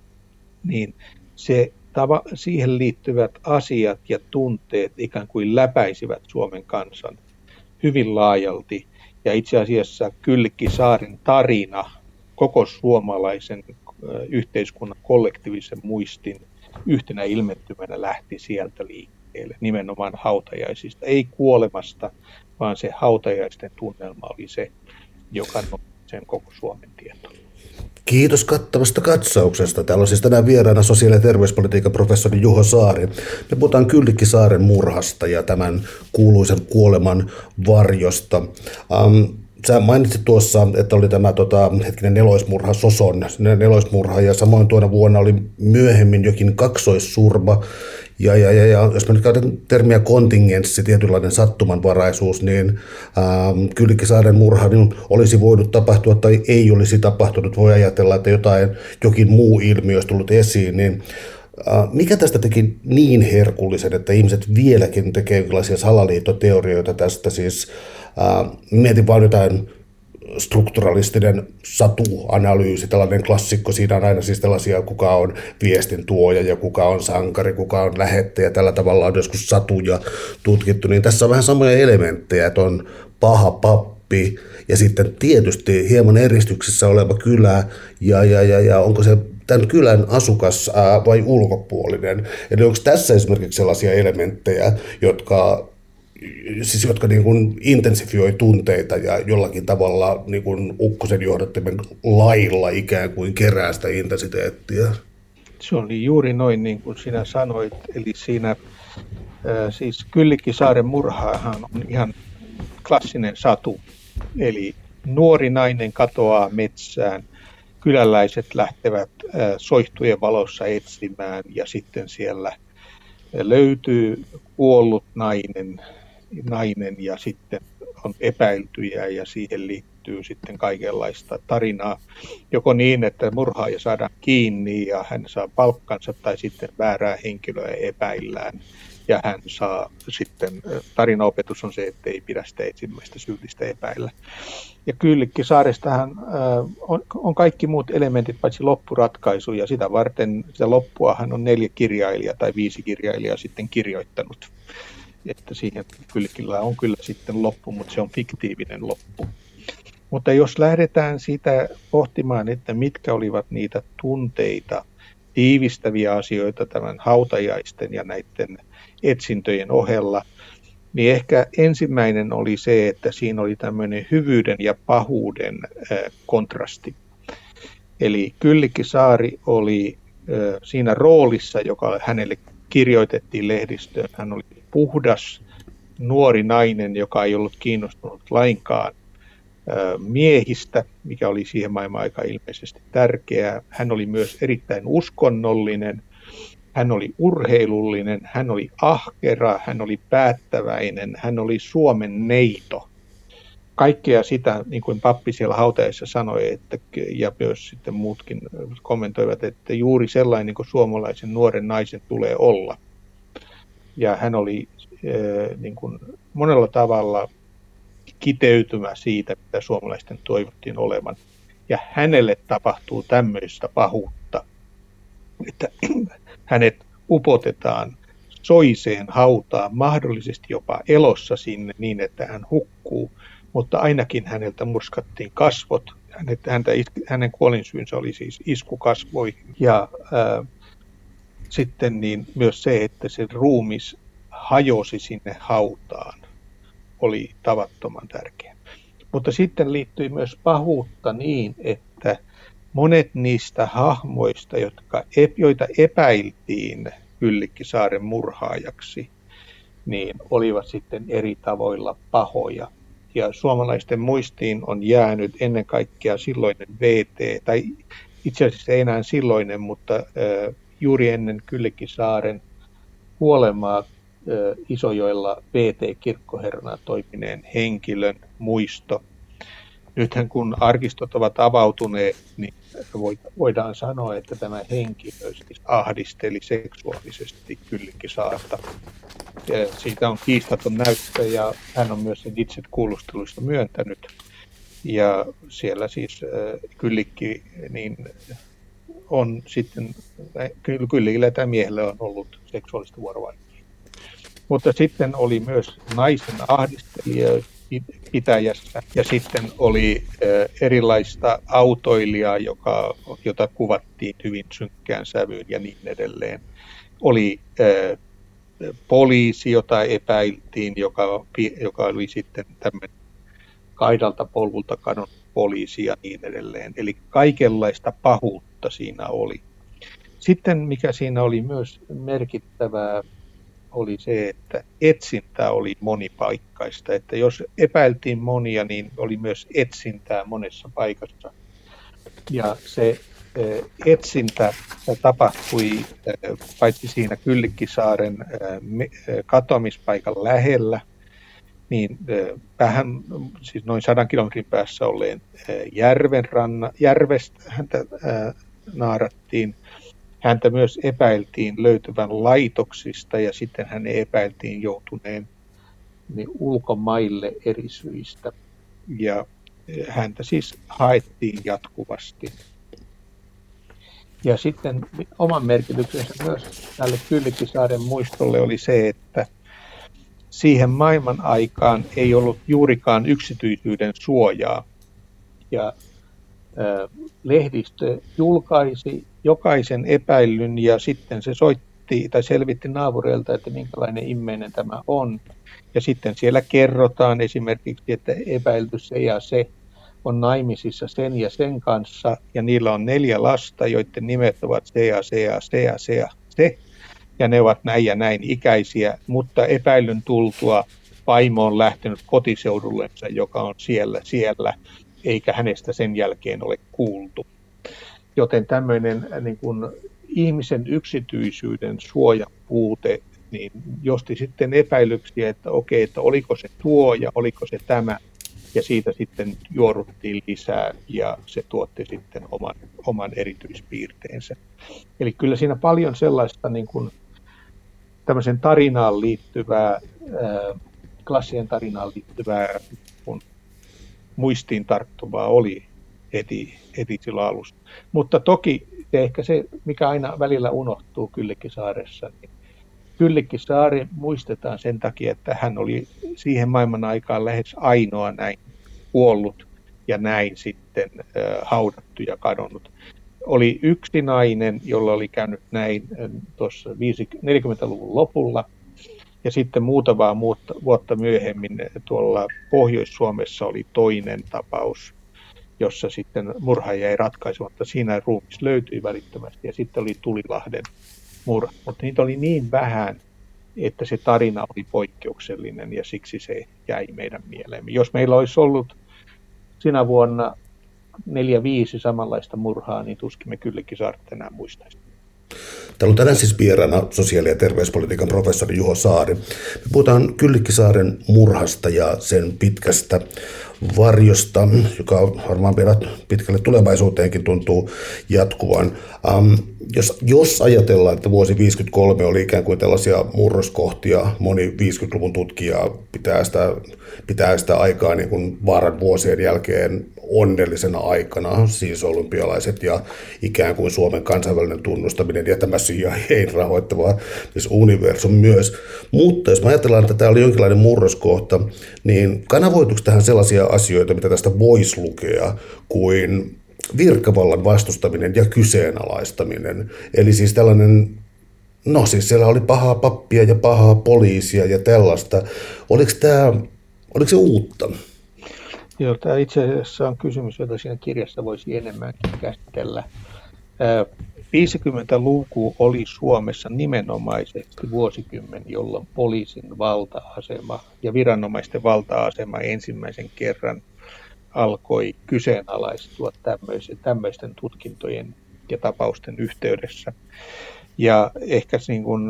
niin se, tava, siihen liittyvät asiat ja tunteet ikään kuin läpäisivät Suomen kansan hyvin laajalti. Ja itse asiassa Kyllikki Saaren tarina koko suomalaisen yhteiskunnan kollektiivisen muistin yhtenä ilmentymänä lähti sieltä liikkeelle, nimenomaan hautajaisista. Ei kuolemasta, vaan se hautajaisten tunnelma oli se, joka nosti sen koko Suomen tietoon. Kiitos kattavasta katsauksesta. Täällä on siis tänään vieraana sosiaali- ja terveyspolitiikan professori Juho Saari. Me puhutaan Kyllikki Saaren murhasta ja tämän kuuluisen kuoleman varjosta. Um, Sä mainitsit tuossa, että oli tämä tota, hetkinen neloismurha, Soson neloismurha, ja samoin tuona vuonna oli myöhemmin jokin kaksoissurma. Ja, ja, ja, ja jos mä nyt käytän termiä kontingenssi, tietynlainen sattumanvaraisuus, niin ähm, Kyllikki Saaren murha niin olisi voinut tapahtua tai ei olisi tapahtunut. Voi ajatella, että jotain, jokin muu ilmiö olisi tullut esiin, niin mikä tästä teki niin herkullisen, että ihmiset vieläkin tekee jonkinlaisia salaliittoteorioita tästä, siis äh, mietin vaan jotain strukturalistinen satuanalyysi, tällainen klassikko, siinä on aina siis tällaisia, kuka on viestin tuoja ja kuka on sankari, kuka on lähettäjä, tällä tavalla on joskus satuja tutkittu, niin tässä on vähän samoja elementtejä, että on paha pappi ja sitten tietysti hieman eristyksessä oleva kylä ja, ja, ja, ja onko se tämän kylän asukas ää, vai ulkopuolinen. Eli onko tässä esimerkiksi sellaisia elementtejä, jotka, siis jotka niin kuin intensifioi tunteita ja jollakin tavalla niin kuin ukkosen johdattimen lailla ikään kuin kerää sitä intensiteettiä? Se oli juuri noin niin kuin sinä sanoit. Eli siinä ää, siis Kyllikki Saaren murhaahan on ihan klassinen satu. Eli nuori nainen katoaa metsään. Kyläläiset lähtevät soihtujen valossa etsimään ja sitten siellä löytyy kuollut nainen, nainen ja sitten on epäiltyjä ja siihen liittyy sitten kaikenlaista tarinaa. Joko niin, että murhaaja saadaan kiinni ja hän saa palkkansa tai sitten väärää henkilöä epäillään. Ja hän saa sitten, tarinaopetus on se, että ei pidä sitä ensimmäistä syyllistä epäillä. Ja Kyllikki Saarestahan on, on kaikki muut elementit paitsi loppuratkaisu, ja sitä varten sitä loppuahan on neljä kirjailijaa tai viisi kirjailijaa sitten kirjoittanut. Että siihen Kyllikillä on kyllä sitten loppu, mutta se on fiktiivinen loppu. Mutta jos lähdetään siitä pohtimaan, että mitkä olivat niitä tunteita, tiivistäviä asioita tämän hautajaisten ja näiden etsintöjen ohella, niin ehkä ensimmäinen oli se, että siinä oli tämmöinen hyvyyden ja pahuuden kontrasti. Eli Kyllikki Saari oli siinä roolissa, joka hänelle kirjoitettiin lehdistöön. Hän oli puhdas, nuori nainen, joka ei ollut kiinnostunut lainkaan miehistä, mikä oli siihen maailman aikaan ilmeisesti tärkeää. Hän oli myös erittäin uskonnollinen, hän oli urheilullinen, hän oli ahkera, hän oli päättäväinen, hän oli Suomen neito. kaikkea sitä, niin kuin pappi siellä hautajaisissa sanoi, että, ja myös sitten muutkin kommentoivat, että juuri sellainen niin kuin suomalaisen nuoren naisen tulee olla. Ja hän oli niin kuin monella tavalla kiteytymä siitä, mitä suomalaisten toivottiin olevan. Ja hänelle tapahtuu tämmöistä pahuutta, että hänet upotetaan soiseen hautaan, mahdollisesti jopa elossa sinne niin, että hän hukkuu, mutta ainakin häneltä murskattiin kasvot. Hänet, häntä, hänen kuolinsyynsä oli siis isku kasvoihin. Ja ää, sitten niin myös se, että se ruumis hajosi sinne hautaan, oli tavattoman tärkeä. Mutta sitten liittyi myös pahuutta niin, että monet niistä hahmoista, jotka, joita epäiltiin Kyllikkisaaren murhaajaksi, niin olivat sitten eri tavoilla pahoja. Ja suomalaisten muistiin on jäänyt ennen kaikkea silloinen V T, tai itse asiassa ei enää silloinen, mutta äh, juuri ennen Kyllikkisaaren kuolemaa äh, Isojoella V T-kirkkoherrana toimineen henkilön muisto. Nythän kun arkistot ovat avautuneet, niin voidaan sanoa, että tämä henkilö siis ahdisteli seksuaalisesti Kyllikkisaarta. Ja siitä on kiistaton näyttö ja hän on myös sen itse kuulusteluista myöntänyt. Ja siellä siis Kyllikki niin on sitten, Kyllikillä tämä miehellä on ollut seksuaalista vuorovaikutusta. Mutta sitten oli myös naisen ahdistelija pitäjässä ja sitten oli erilaista autoilijaa, joka, jota kuvattiin hyvin synkkään sävyyn ja niin edelleen. Oli äh, poliisi, jota epäiltiin, joka, joka oli sitten tämmöinen kaidalta polvulta kadonnut poliisi ja niin edelleen. Eli kaikenlaista pahuutta siinä oli. Sitten mikä siinä oli myös merkittävää, oli se, että etsintä oli monipaikkaista. Että jos epäiltiin monia, niin oli myös etsintää monessa paikassa. Ja se etsintä tapahtui paitsi siinä Kyllikkisaaren katoamispaikan lähellä, niin vähän, siis noin sadan kilometrin päässä olleen järven ranna, järvestä häntä naarattiin. Häntä myös epäiltiin löytyvän laitoksista ja sitten hän epäiltiin joutuneen niin ulkomaille eri syistä. Ja häntä siis haettiin jatkuvasti. Ja sitten oman merkityksensä myös tälle Kyllikkisaaren muistolle oli se, että siihen maailman aikaan ei ollut juurikaan yksityisyyden suojaa. Ja äh, lehdistö julkaisi jokaisen epäilyn ja sitten se soitti tai selvitti naapureilta, että minkälainen immeinen tämä on. Ja sitten siellä kerrotaan esimerkiksi, että epäilty se ja se on naimisissa sen ja sen kanssa ja niillä on neljä lasta, joiden nimet ovat se ja se ja se ja se ja se. Ja ne ovat näin ja näin ikäisiä, mutta epäilyn tultua vaimo on lähtenyt kotiseudullensa, joka on siellä siellä, eikä hänestä sen jälkeen ole kuultu. Joten tämmöinen niin kuin ihmisen yksityisyyden suojan puute niin josti sitten epäilyksiä, että okei, että oliko se tuo ja oliko se tämä. Ja siitä sitten juoruttiin lisää ja se tuotti sitten oman, oman erityispiirteensä. Eli kyllä siinä paljon sellaista niin kuin tämmöisen tarinaan liittyvää, ää, klassien tarinaan liittyvää kun muistiin tarttuvaa oli heti, heti silloin alusta. Mutta toki se ehkä se, mikä aina välillä unohtuu Kyllikkisaaressa, niin Kyllikkisaari muistetaan sen takia, että hän oli siihen maailman aikaan lähes ainoa näin kuollut ja näin sitten äh, haudattu ja kadonnut. Oli yksi nainen, jolla oli käynyt näin äh, tuossa neljäkymmentäluvun lopulla ja sitten muutamaa vuotta myöhemmin tuolla Pohjois-Suomessa oli toinen tapaus, jossa sitten murhaaja ei ratkaisematta. Siinä ruumis löytyi välittömästi ja sitten oli Tulilahden murha. Mutta niitä oli niin vähän, että se tarina oli poikkeuksellinen ja siksi se jäi meidän mieleemme. Jos meillä olisi ollut sinä vuonna neljä viisi samanlaista murhaa, niin tuskin me Kyllikkisaarta enää muistaisi. Täällä on tänään siis vieraana sosiaali- ja terveyspolitiikan professori Juho Saari. Me puhutaan Kyllikkisaaren murhasta ja sen pitkästä varjosta, joka varmaan vielä pitkälle tulevaisuuteenkin tuntuu jatkuvan. Um, jos, jos ajatellaan, että vuosi viisikymmentäkolme oli ikään kuin tällaisia murroskohtia, moni viisikymmentäluvun tutkija pitää sitä, pitää sitä aikaa niin kuin vaaran vuosien jälkeen onnellisena aikana, siis olympialaiset ja ikään kuin Suomen kansainvälinen tunnustaminen ja tämä C I A:n rahoittava siis universum myös. Mutta jos me ajatellaan, että tämä oli jonkinlainen murroskohta, niin kanavoituiko tähän sellaisia asioita, mitä tästä voisi lukea, kuin virkavallan vastustaminen ja kyseenalaistaminen? Eli siis tällainen, no siis siellä oli pahaa pappia ja pahaa poliisia ja tällaista. Oliko tämä, oliko se uutta? Joo, tämä itse asiassa on kysymys, jota siinä kirjassa voisi enemmänkin käsitellä. viisikymmentäluku oli Suomessa nimenomaisesti vuosikymmen, jolloin poliisin valta-asema ja viranomaisten valta-asema ensimmäisen kerran alkoi kyseenalaistua tämmöisten tutkintojen ja tapausten yhteydessä. Ja ehkä niin kuin,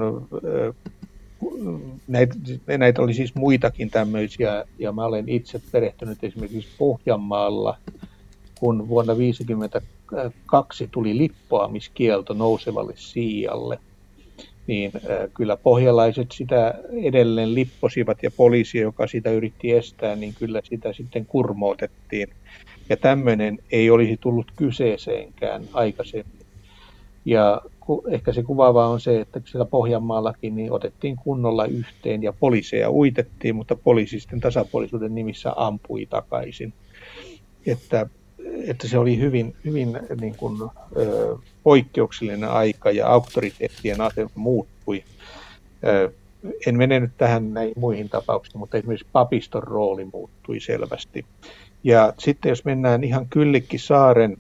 näitä, näitä oli siis muitakin tämmöisiä, ja mä olen itse perehtynyt esimerkiksi Pohjanmaalla, kun vuonna tuhatyhdeksänsataaviisikymmentäkaksi tuli lippoamiskielto nousevalle siialle, niin kyllä pohjalaiset sitä edelleen lipposivat ja poliisi, joka sitä yritti estää, niin kyllä sitä sitten kurmootettiin. Ja tämmöinen ei olisi tullut kyseeseenkään aikaisemmin. Ja ehkä se kuvaavaa on se, että siellä Pohjanmaallakin niin otettiin kunnolla yhteen ja poliiseja uitettiin, mutta poliisi sitten tasapuolisuuden nimissä ampui takaisin. Että, että se oli hyvin, hyvin niin kuin, ö, poikkeuksellinen aika ja auktoriteettien asema muuttui. Ö, en mene nyt tähän näihin muihin tapauksiin, mutta esimerkiksi papiston rooli muuttui selvästi. Ja sitten jos mennään ihan Kyllikkisaaren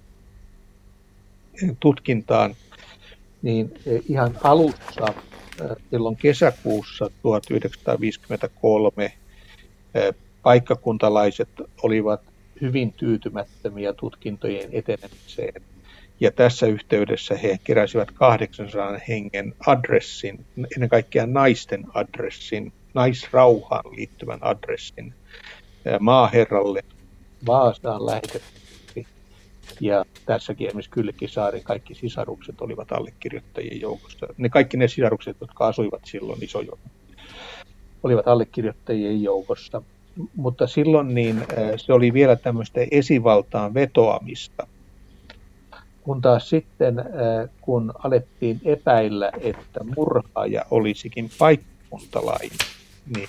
tutkintaan, niin ihan alussa, silloin kesäkuussa tuhatyhdeksänsataaviisikymmentäkolme, paikkakuntalaiset olivat hyvin tyytymättömiä tutkintojen etenemiseen. Ja tässä yhteydessä he keräsivät kahdeksansadan hengen adressin, ennen kaikkea naisten adressin, naisrauhaan liittyvän adressin maaherralle Vaasaan lähetetty. Ja tässäkin esimerkiksi Kyllikkisaaren kaikki sisarukset olivat allekirjoittajien joukossa. Ne kaikki ne sisarukset, jotka asuivat silloin Isojoella, olivat allekirjoittajien joukossa. Mutta silloin niin se oli vielä tämmöistä esivaltaan vetoamista. Kun taas sitten, kun alettiin epäillä, että murhaaja olisikin paikkakuntalainen, niin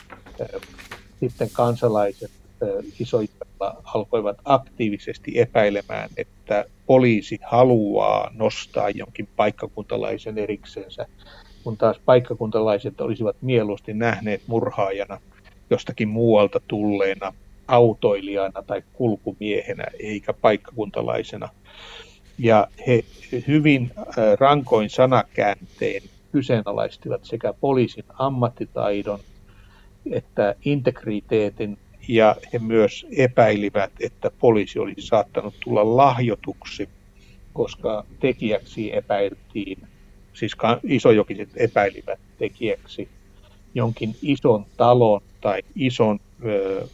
sitten kansalaiset Isojoella alkoivat aktiivisesti epäilemään, että poliisi haluaa nostaa jonkin paikkakuntalaisen eriksensä, kun taas paikkakuntalaiset olisivat mieluusti nähneet murhaajana jostakin muualta tulleena autoilijana tai kulkumiehenä eikä paikkakuntalaisena. Ja he hyvin rankoin sanakääntein kyseenalaistivat sekä poliisin ammattitaidon että integriteetin, ja he myös epäilivät, että poliisi olisi saattanut tulla lahjotuksi, koska tekijäksi epäiltiin, siis isojokiset epäilivät tekijäksi jonkin ison talon tai ison, ö,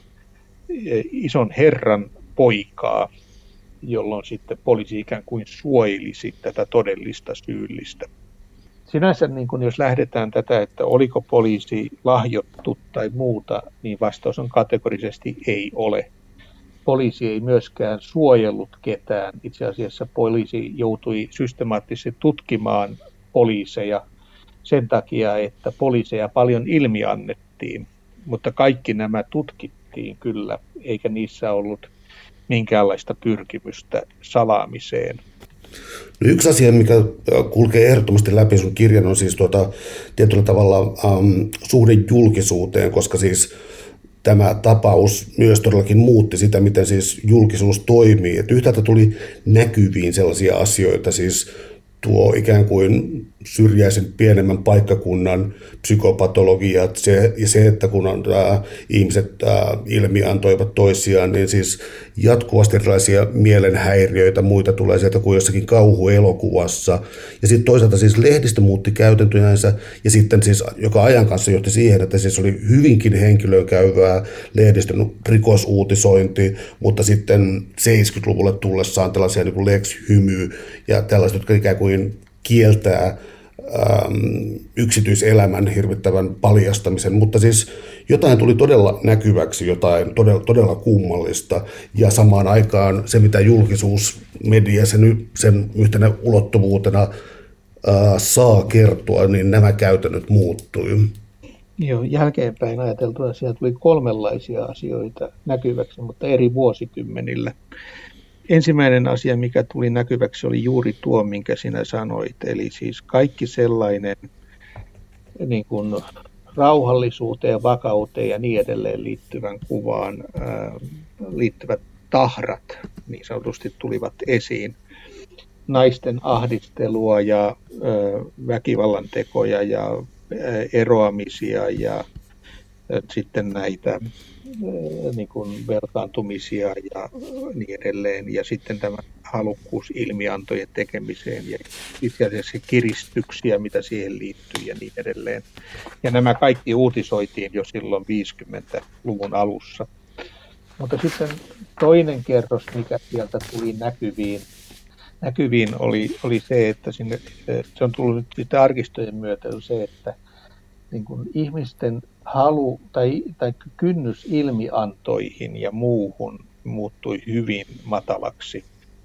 ison herran poikaa, jolloin sitten poliisi ikään kuin suojelisi tätä todellista syyllistä. Sinänsä niin kun jos lähdetään tätä, että oliko poliisi lahjottu tai muuta, niin vastaus on kategorisesti ei ole. Poliisi ei myöskään suojellut ketään. Itse asiassa poliisi joutui systemaattisesti tutkimaan poliiseja sen takia, että poliiseja paljon ilmiannettiin, mutta kaikki nämä tutkittiin kyllä, eikä niissä ollut minkäänlaista pyrkimystä salaamiseen. No yksi asia, mikä kulkee ehdottomasti läpi sun kirjan, on siis tuota, tietyllä tavalla um, suhde julkisuuteen, koska siis tämä tapaus myös todellakin muutti sitä, miten siis julkisuus toimii. Et yhtäältä tuli näkyviin sellaisia asioita, siis tuo ikään kuin syrjäisen pienemmän paikkakunnan psykopatologiat se, ja se, että kun on, ää, ihmiset ää, ilmiantoivat toisiaan, niin siis jatkuvasti erilaisia mielenhäiriöitä, muita tulee sieltä kuin jossakin kauhuelokuvassa. Ja sitten toisaalta siis lehdistö muutti käytäntöjänsä, ja sitten siis joka ajan kanssa johti siihen, että siis oli hyvinkin henkilöön käyvää lehdistön rikosuutisointi, mutta sitten seitsemänkymmentäluvulle tullessaan tällaisia niin kuin Lex Hymy ja tällaiset, jotka ikään kuin kieltää äm, yksityiselämän hirvittävän paljastamisen, mutta siis jotain tuli todella näkyväksi, jotain todella, todella kummallista, ja samaan aikaan se, mitä julkisuus, media sen, sen yhtenä ulottuvuutena ää, saa kertoa, niin nämä käytännöt muuttui. Joo, jälkeenpäin ajateltuna siellä tuli kolmenlaisia asioita näkyväksi, mutta eri vuosikymmenillä. Ensimmäinen asia, mikä tuli näkyväksi, oli juuri tuo, minkä sinä sanoit. Eli siis kaikki sellainen niin kuin rauhallisuuteen, vakauteen ja niin edelleen liittyvän kuvaan ää, liittyvät tahrat niin sanotusti tulivat esiin. Naisten ahdistelua ja ää, väkivallan tekoja ja ää, eroamisia ja ää, sitten näitä niin kuin velkaantumisia ja niin edelleen, ja sitten tämä halukkuus ilmiantojen tekemiseen ja itse asiassa kiristyksiä, mitä siihen liittyy ja niin edelleen. Ja nämä kaikki uutisoitiin jo silloin viisikymmentäluvun alussa. Mutta sitten toinen kerros, mikä sieltä tuli näkyviin, näkyviin oli, oli se, että sinne, se on tullut nyt sitten arkistojen myötä, se, että niin kuin ihmisten halu tai, tai kynnys ilmiantoihin ja muuhun muuttui hyvin matalaksi.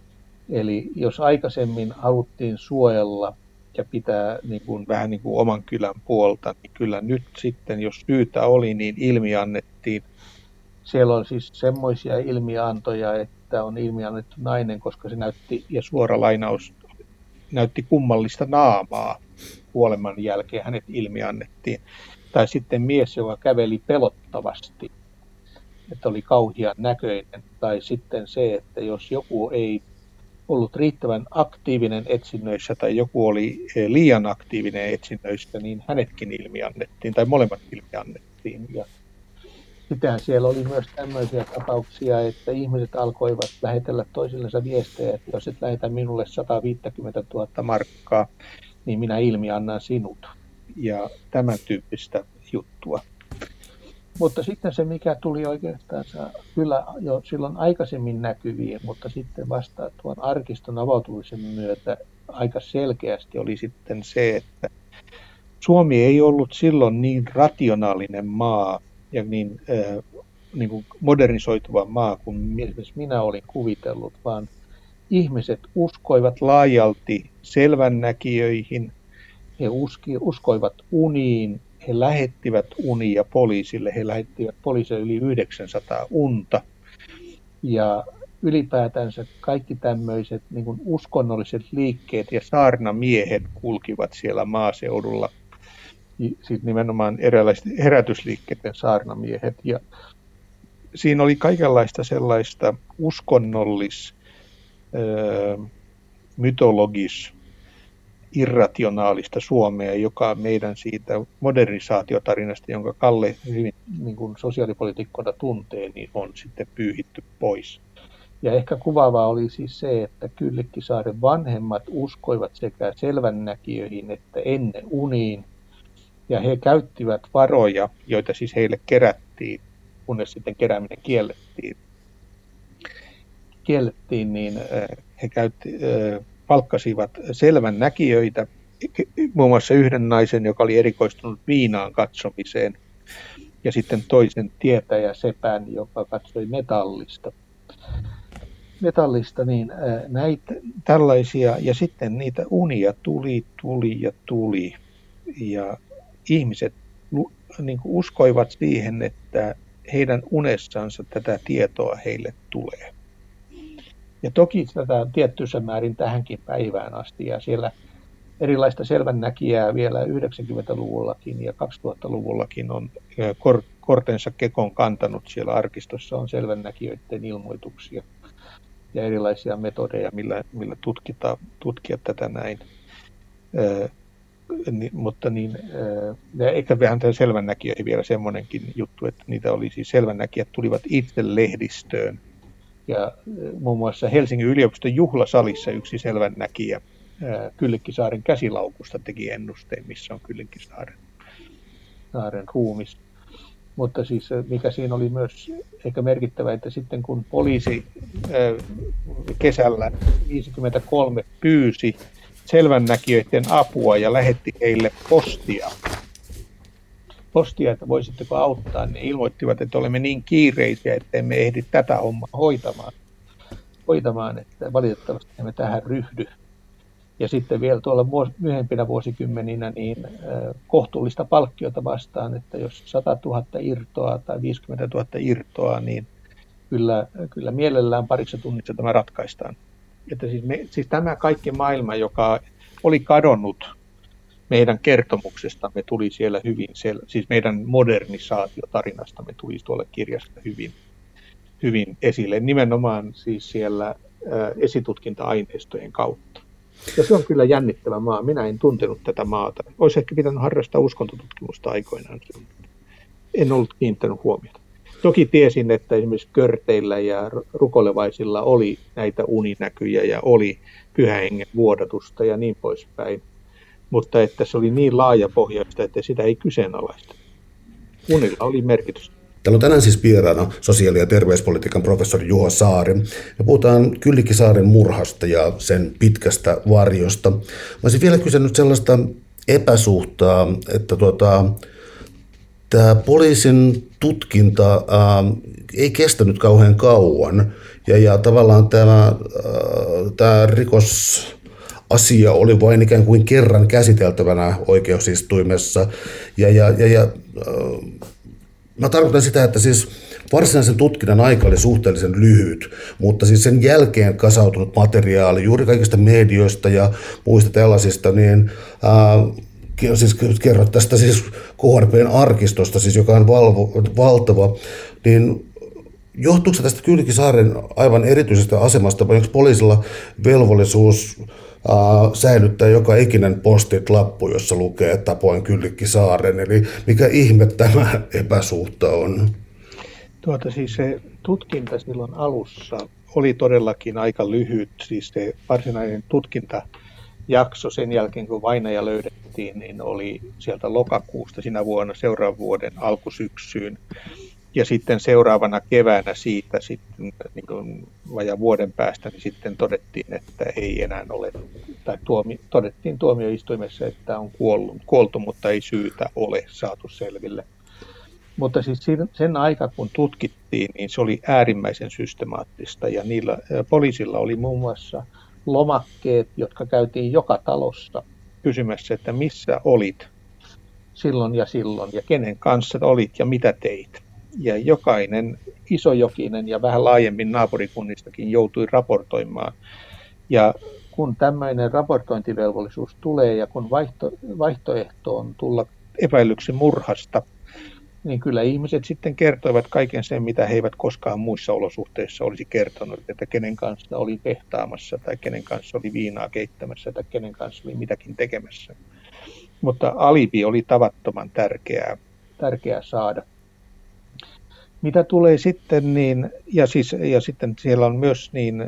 Eli jos aikaisemmin haluttiin suojella ja pitää niin kuin, vähän niin kuin oman kylän puolta, niin kyllä nyt sitten, jos syytä oli, niin ilmiannettiin. Siellä on siis semmoisia ilmiantoja, että on ilmiannettu nainen, koska se näytti, ja suora lainaus, näytti kummallista naamaa. Kuoleman jälkeen hänet ilmiannettiin. Tai sitten mies, joka käveli pelottavasti, että oli kauhean näköinen. Tai sitten se, että jos joku ei ollut riittävän aktiivinen etsinnöissä tai joku oli liian aktiivinen etsinnöissä, niin hänetkin ilmiannettiin tai molemmat ilmiannettiin. Ja sitähän siellä oli myös tämmöisiä tapauksia, että ihmiset alkoivat lähetellä toisillensa viestejä, että jos et lähetä minulle sata viisikymmentätuhatta markkaa, niin minä ilmiannan sinut. Ja tämän tyyppistä juttua. Mutta sitten se, mikä tuli oikeastaan kyllä jo silloin aikaisemmin näkyviin, mutta sitten vasta tuon arkiston avautumisen myötä aika selkeästi oli sitten se, että Suomi ei ollut silloin niin rationaalinen maa ja niin, äh, niin kuin modernisoituva maa kuin esimerkiksi minä olin kuvitellut, vaan ihmiset uskoivat laajalti selvännäkijöihin, he uski, uskoivat uniin, he lähettivät unia poliisille, he lähettivät poliisille yli yhdeksänsataa unta. Ja ylipäätänsä kaikki tämmöiset niin kuin uskonnolliset liikkeet ja saarnamiehet kulkivat siellä maaseudulla. Sitten nimenomaan eräänlaiset herätysliikkeiden saarnamiehet. Ja siinä oli kaikenlaista sellaista uskonnollis, mytologis, irrationaalista Suomea, joka meidän siitä modernisaatiotarinasta, jonka Kalle hyvin niin kuin sosiaalipoliitikkona tuntee, niin on sitten pyyhitty pois. Ja ehkä kuvaavaa oli siis se, että Kyllikkisaaren vanhemmat uskoivat sekä selvännäkijöihin että ennen uniin, ja he käyttivät varoja, joita siis heille kerättiin, kunnes sitten kerääminen kiellettiin. Kiellettiin, niin he käytti, palkkasivat selvännäkijöitä, muun muassa yhden naisen, joka oli erikoistunut viinaan katsomiseen, ja sitten toisen tietäjäsepän, joka katsoi metallista. Metallista, niin näitä tällaisia, ja sitten niitä unia tuli, tuli ja tuli, ja ihmiset niin kuin uskoivat siihen, että heidän unessansa tätä tietoa heille tulee. Ja toki tätä tiettyssä määrin tähänkin päivään asti, ja siellä erilaista selvännäkijää vielä yhdeksänkymmentäluvullakin ja kaksituhattaluvullakin on kor- kortensa kekon kantanut. Siellä arkistossa on selvännäkijöiden ilmoituksia ja erilaisia metodeja, millä, millä tutkita, tutkia tätä näin. mutta niin, eikä vähän tämän selvännäkijöihin vielä semmoinenkin juttu, että niitä oli siis selvännäkijät tulivat itse lehdistöön. Ja muun muassa Helsingin yliopiston juhlasalissa yksi selvännäkijä Kyllikkisaaren käsilaukusta teki ennusteen, missä on Kyllikkisaaren saaren ruumis. Mutta siis mikä siinä oli myös ehkä merkittävä, että sitten kun poliisi kesällä viisikymmentäkolme pyysi selvännäkijöiden apua ja lähetti heille postia, postia, että voisitteko auttaa, niin ilmoittivat, että olemme niin kiireisiä, että emme ehdi tätä hommaa hoitamaan, hoitamaan että valitettavasti emme tähän ryhdy. Ja sitten vielä tuolla myöhempinä vuosikymmeninä niin kohtuullista palkkiota vastaan, että jos sata tuhatta irtoaa tai viisikymmentä tuhatta irtoaa, niin kyllä, kyllä mielellään parissa tunnissa tämä ratkaistaan. Että siis, me, siis tämä kaikki maailma, joka oli kadonnut meidän kertomuksestamme, tuli siellä hyvin, sel- siis meidän modernisaatiotarinastamme tuli tuolla kirjasta hyvin, hyvin esille, nimenomaan siis siellä ä, esitutkinta-aineistojen kautta. Ja se on kyllä jännittävä maa. Minä en tuntenut tätä maata. Olisi ehkä pitänyt harrastaa uskontotutkimusta aikoinaan. En ollut kiinnittänyt huomiota. Toki tiesin, että esimerkiksi körteillä ja rukolevaisilla oli näitä uninäkyjä ja oli pyhähengen vuodatusta ja niin poispäin. Mutta että se oli niin laajapohjaista, että sitä ei kyseenalaista. Unilla oli merkitys. Täällä on tänään siis vieraana sosiaali- ja terveyspolitiikan professori Juho Saari. Me puhutaan Kyllikkisaaren murhasta ja sen pitkästä varjosta. Mä olisin vielä kysynyt sellaista epäsuhtaa, että tuota, tämä poliisin tutkinta ää, ei kestänyt kauhean kauan. Ja, ja tavallaan tämä, ää, tämä rikosasia oli vain ikään kuin kerran käsiteltävänä oikeusistuimessa. Ja, ja, ja, ja ää, Mä tarkoitan sitä, että siis varsinaisen tutkinnan aika oli suhteellisen lyhyt, mutta siis sen jälkeen kasautunut materiaali juuri kaikista medioista ja muista tällaisista, niin ää, siis kerrot tästä siis K R P:n arkistosta, siis joka on valvo, valtava, niin johtuuko tästä Kyllikkisaaren aivan erityisestä asemasta, vai onko poliisilla velvollisuus Uh, säilyttää joka ikinen post-it-lappu, jossa lukee tapoin Kyllikkisaaren, eli mikä ihme tämä epäsuhta on? Tuota, siis se tutkinta silloin alussa oli todellakin aika lyhyt, siis se varsinainen tutkintajakso sen jälkeen, kun vainaja löydettiin, niin oli sieltä lokakuusta sinä vuonna seuraavan vuoden alkusyksyyn. Ja sitten seuraavana keväänä siitä sitten niin kuin vajaan vuoden päästä niin sitten todettiin, että ei enää ole, tai tuomi, todettiin tuomioistuimessa, että on kuollut, kuoltu, mutta ei syytä ole saatu selville. Mutta siis sen aika, kun tutkittiin, niin se oli äärimmäisen systemaattista ja niillä poliisilla oli muun muassa lomakkeet, jotka käytiin joka talossa kysymässä, että missä olit silloin ja silloin ja kenen kanssa olit ja mitä teit. Ja jokainen isojokinen ja vähän laajemmin naapurikunnistakin joutui raportoimaan. Ja kun tämmöinen raportointivelvollisuus tulee ja kun vaihto, vaihtoehto on tulla epäilyksi murhasta, niin kyllä ihmiset sitten kertoivat kaiken sen, mitä he eivät koskaan muissa olosuhteissa olisi kertonut, että kenen kanssa oli pehtaamassa tai kenen kanssa oli viinaa keittämässä tai kenen kanssa oli mitäkin tekemässä. Mutta alibi oli tavattoman tärkeää, tärkeää saada. Mitä tulee sitten, niin, ja, siis, ja sitten siellä on myös niin,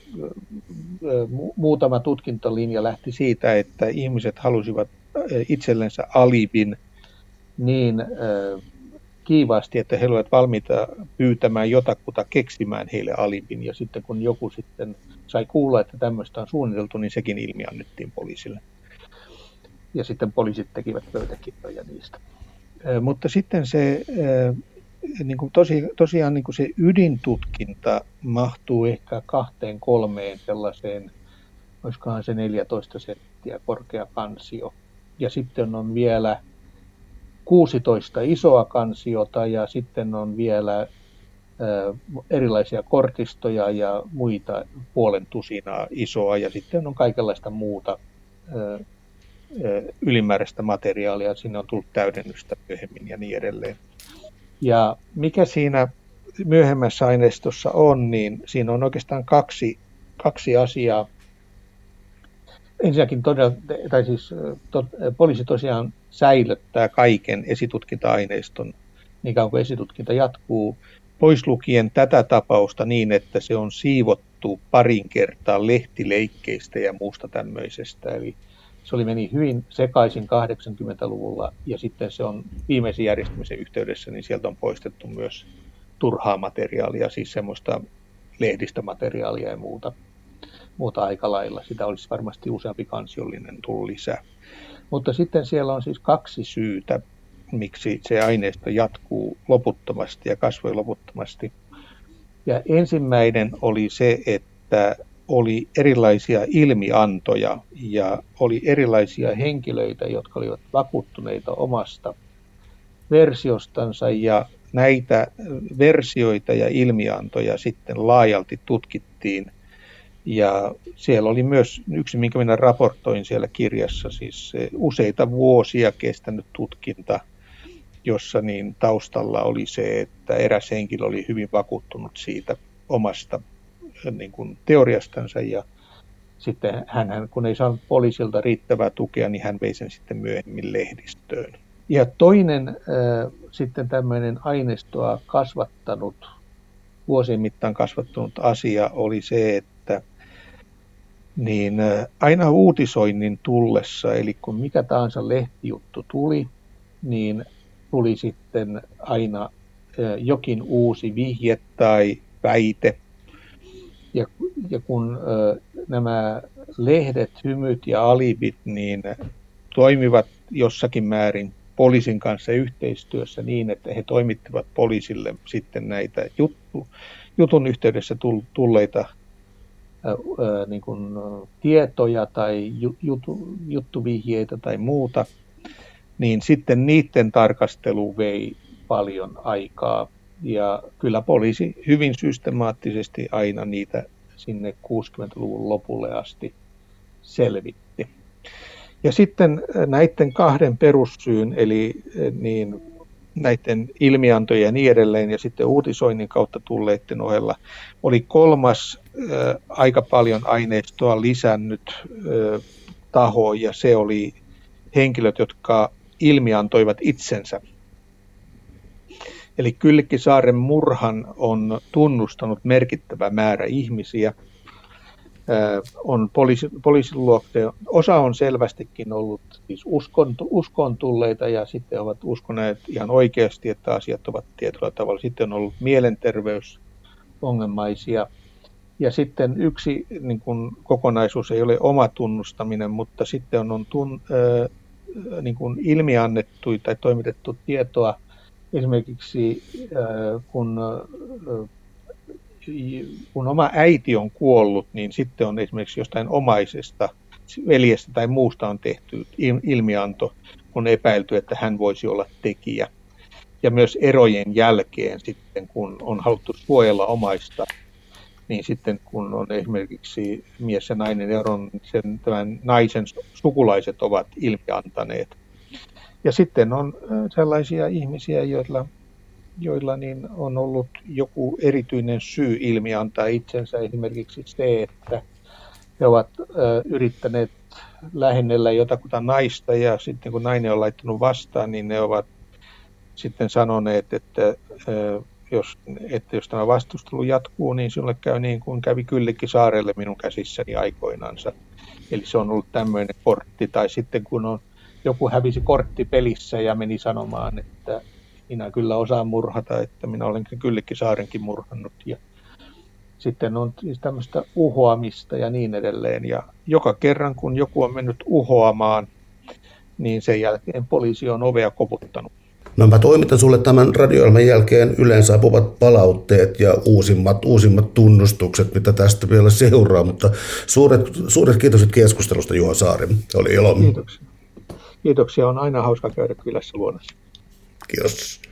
muutama tutkintolinja lähti siitä, että ihmiset halusivat itsellensä alibin niin kiivaasti, että he olivat valmiita pyytämään jotakuta keksimään heille alibin. Ja sitten kun joku sitten sai kuulla, että tämmöistä on suunniteltu, niin sekin ilmi annettiin poliisille. Ja sitten poliisit tekivät pöytäkirjoja niistä. Mutta sitten se... Niin kuin tosi, tosiaan niin kuin se ydintutkinta mahtuu ehkä kahteen kolmeen sellaiseen, olisikohan se neljätoista senttiä korkea kansio. Ja sitten on vielä kuusitoista isoa kansiota ja sitten on vielä ä, erilaisia kortistoja ja muita puolen tusinaa isoa ja sitten on kaikenlaista muuta ä, ylimääräistä materiaalia. Sinne on tullut täydennystä myöhemmin ja niin edelleen. Ja mikä siinä myöhemmässä aineistossa on, niin siinä on oikeastaan kaksi, kaksi asiaa. ensinnäkin todella, tai siis to, poliisi tosiaan säilyttää kaiken esitutkinta-aineiston niin kauan kuin esitutkinta jatkuu, pois lukien tätä tapausta niin, että se on siivottu parin kertaa lehtileikkeistä ja muusta tämmöisestä. Eli se oli meni hyvin sekaisin kahdeksankymmentäluvulla ja sitten se on viimeisen järjestämisen yhteydessä, niin sieltä on poistettu myös turhaa materiaalia, siis semmoista lehdistömateriaalia ja muuta, muuta aika lailla. Sitä olisi varmasti useampi kansiollinen tullut lisää. Mutta sitten siellä on siis kaksi syytä, miksi se aineisto jatkuu loputtomasti ja kasvoi loputtomasti. Ja ensimmäinen oli se, että oli erilaisia ilmiantoja ja oli erilaisia henkilöitä, jotka olivat vakuuttuneita omasta versiostansa, ja näitä versioita ja ilmiantoja sitten laajalti tutkittiin. Ja siellä oli myös yksi, minkä minä raportoin siellä kirjassa, siis useita vuosia kestänyt tutkinta, jossa niin taustalla oli se, että eräs henkilö oli hyvin vakuuttunut siitä omasta niin kuin teoriastansa, ja sitten hän, kun ei saanut poliisilta riittävää tukea, niin hän vei sen sitten myöhemmin lehdistöön. Ja toinen äh, sitten tämmöinen aineistoa kasvattanut, vuosien mittaan kasvattanut asia oli se, että niin äh, aina uutisoinnin tullessa, eli kun mikä tahansa lehtijuttu tuli, niin tuli sitten aina äh, jokin uusi vihje tai väite. Ja, ja kun äh, nämä lehdet, hymyt ja alibit, niin toimivat jossakin määrin poliisin kanssa yhteistyössä niin, että he toimittivat poliisille sitten näitä juttu, jutun yhteydessä tulleita ää, ää, niin kuin tietoja tai jutu, juttuvihjeitä tai muuta, niin sitten niiden tarkastelu vei paljon aikaa. Ja kyllä poliisi hyvin systemaattisesti aina niitä sinne kuusikymmentäluvun lopulle asti selvitti. Ja sitten näiden kahden perussyyn, eli niin näiden ilmiantojen ja niin edelleen, ja sitten uutisoinnin kautta tulleiden ohella, oli kolmas äh, aika paljon aineistoa lisännyt äh, taho, ja se oli henkilöt, jotka ilmiantoivat itsensä. Eli Kyllikkisaaren murhan on tunnustanut merkittävä määrä ihmisiä. On poliisi, poliisin luokse. Osa on selvästikin ollut siis uskon, uskon tulleita ja sitten ovat uskoneet ihan oikeasti, että asiat ovat tietyllä tavalla. Sitten on ollut mielenterveysongelmaisia. Ja sitten yksi niin kuin, kokonaisuus ei ole oma tunnustaminen, mutta sitten on, on tun, äh, niin kuin ilmiannettu tai toimitettu tietoa. Esimerkiksi äh, kun, äh, kun oma äiti on kuollut, niin sitten on esimerkiksi jostain omaisesta, veljestä tai muusta on tehty ilmianto, on epäilty, että hän voisi olla tekijä. Ja myös erojen jälkeen sitten, kun on haluttu suojella omaista, niin sitten kun on esimerkiksi mies ja nainen eron, sen, tämän naisen sukulaiset ovat ilmiantaneet. Ja sitten on sellaisia ihmisiä, joilla, joilla niin on ollut joku erityinen syy ilmiantaa itsensä. Esimerkiksi se, että he ovat ö, yrittäneet lähennellä jotakuta naista ja sitten kun nainen on laittanut vastaan, niin ne ovat sitten sanoneet, että, ö, jos, että jos tämä vastustelu jatkuu, niin sinulle käy niin kuin kävi Kyllikkisaarelle minun käsissäni aikoinansa. Eli se on ollut tämmöinen kortti. Tai sitten kun on joku hävisi korttipelissä ja meni sanomaan, että minä kyllä osaan murhata, että minä olen Kyllikkisaarenkin murhannut. Ja sitten on siis tämmöistä uhoamista ja niin edelleen. Ja joka kerran, kun joku on mennyt uhoamaan, niin sen jälkeen poliisi on ovea koputtanut. No mä toimitan sulle tämän radio-ohjelman jälkeen yleensä saapuvat palautteet ja uusimmat, uusimmat tunnustukset, mitä tästä vielä seuraa. Mutta suuret, suuret kiitokset keskustelusta, Juho Saari. Oli ilo. Kiitoksia. Kiitoksia. On aina hauska käydä kylässä luonnossa. Kiitos.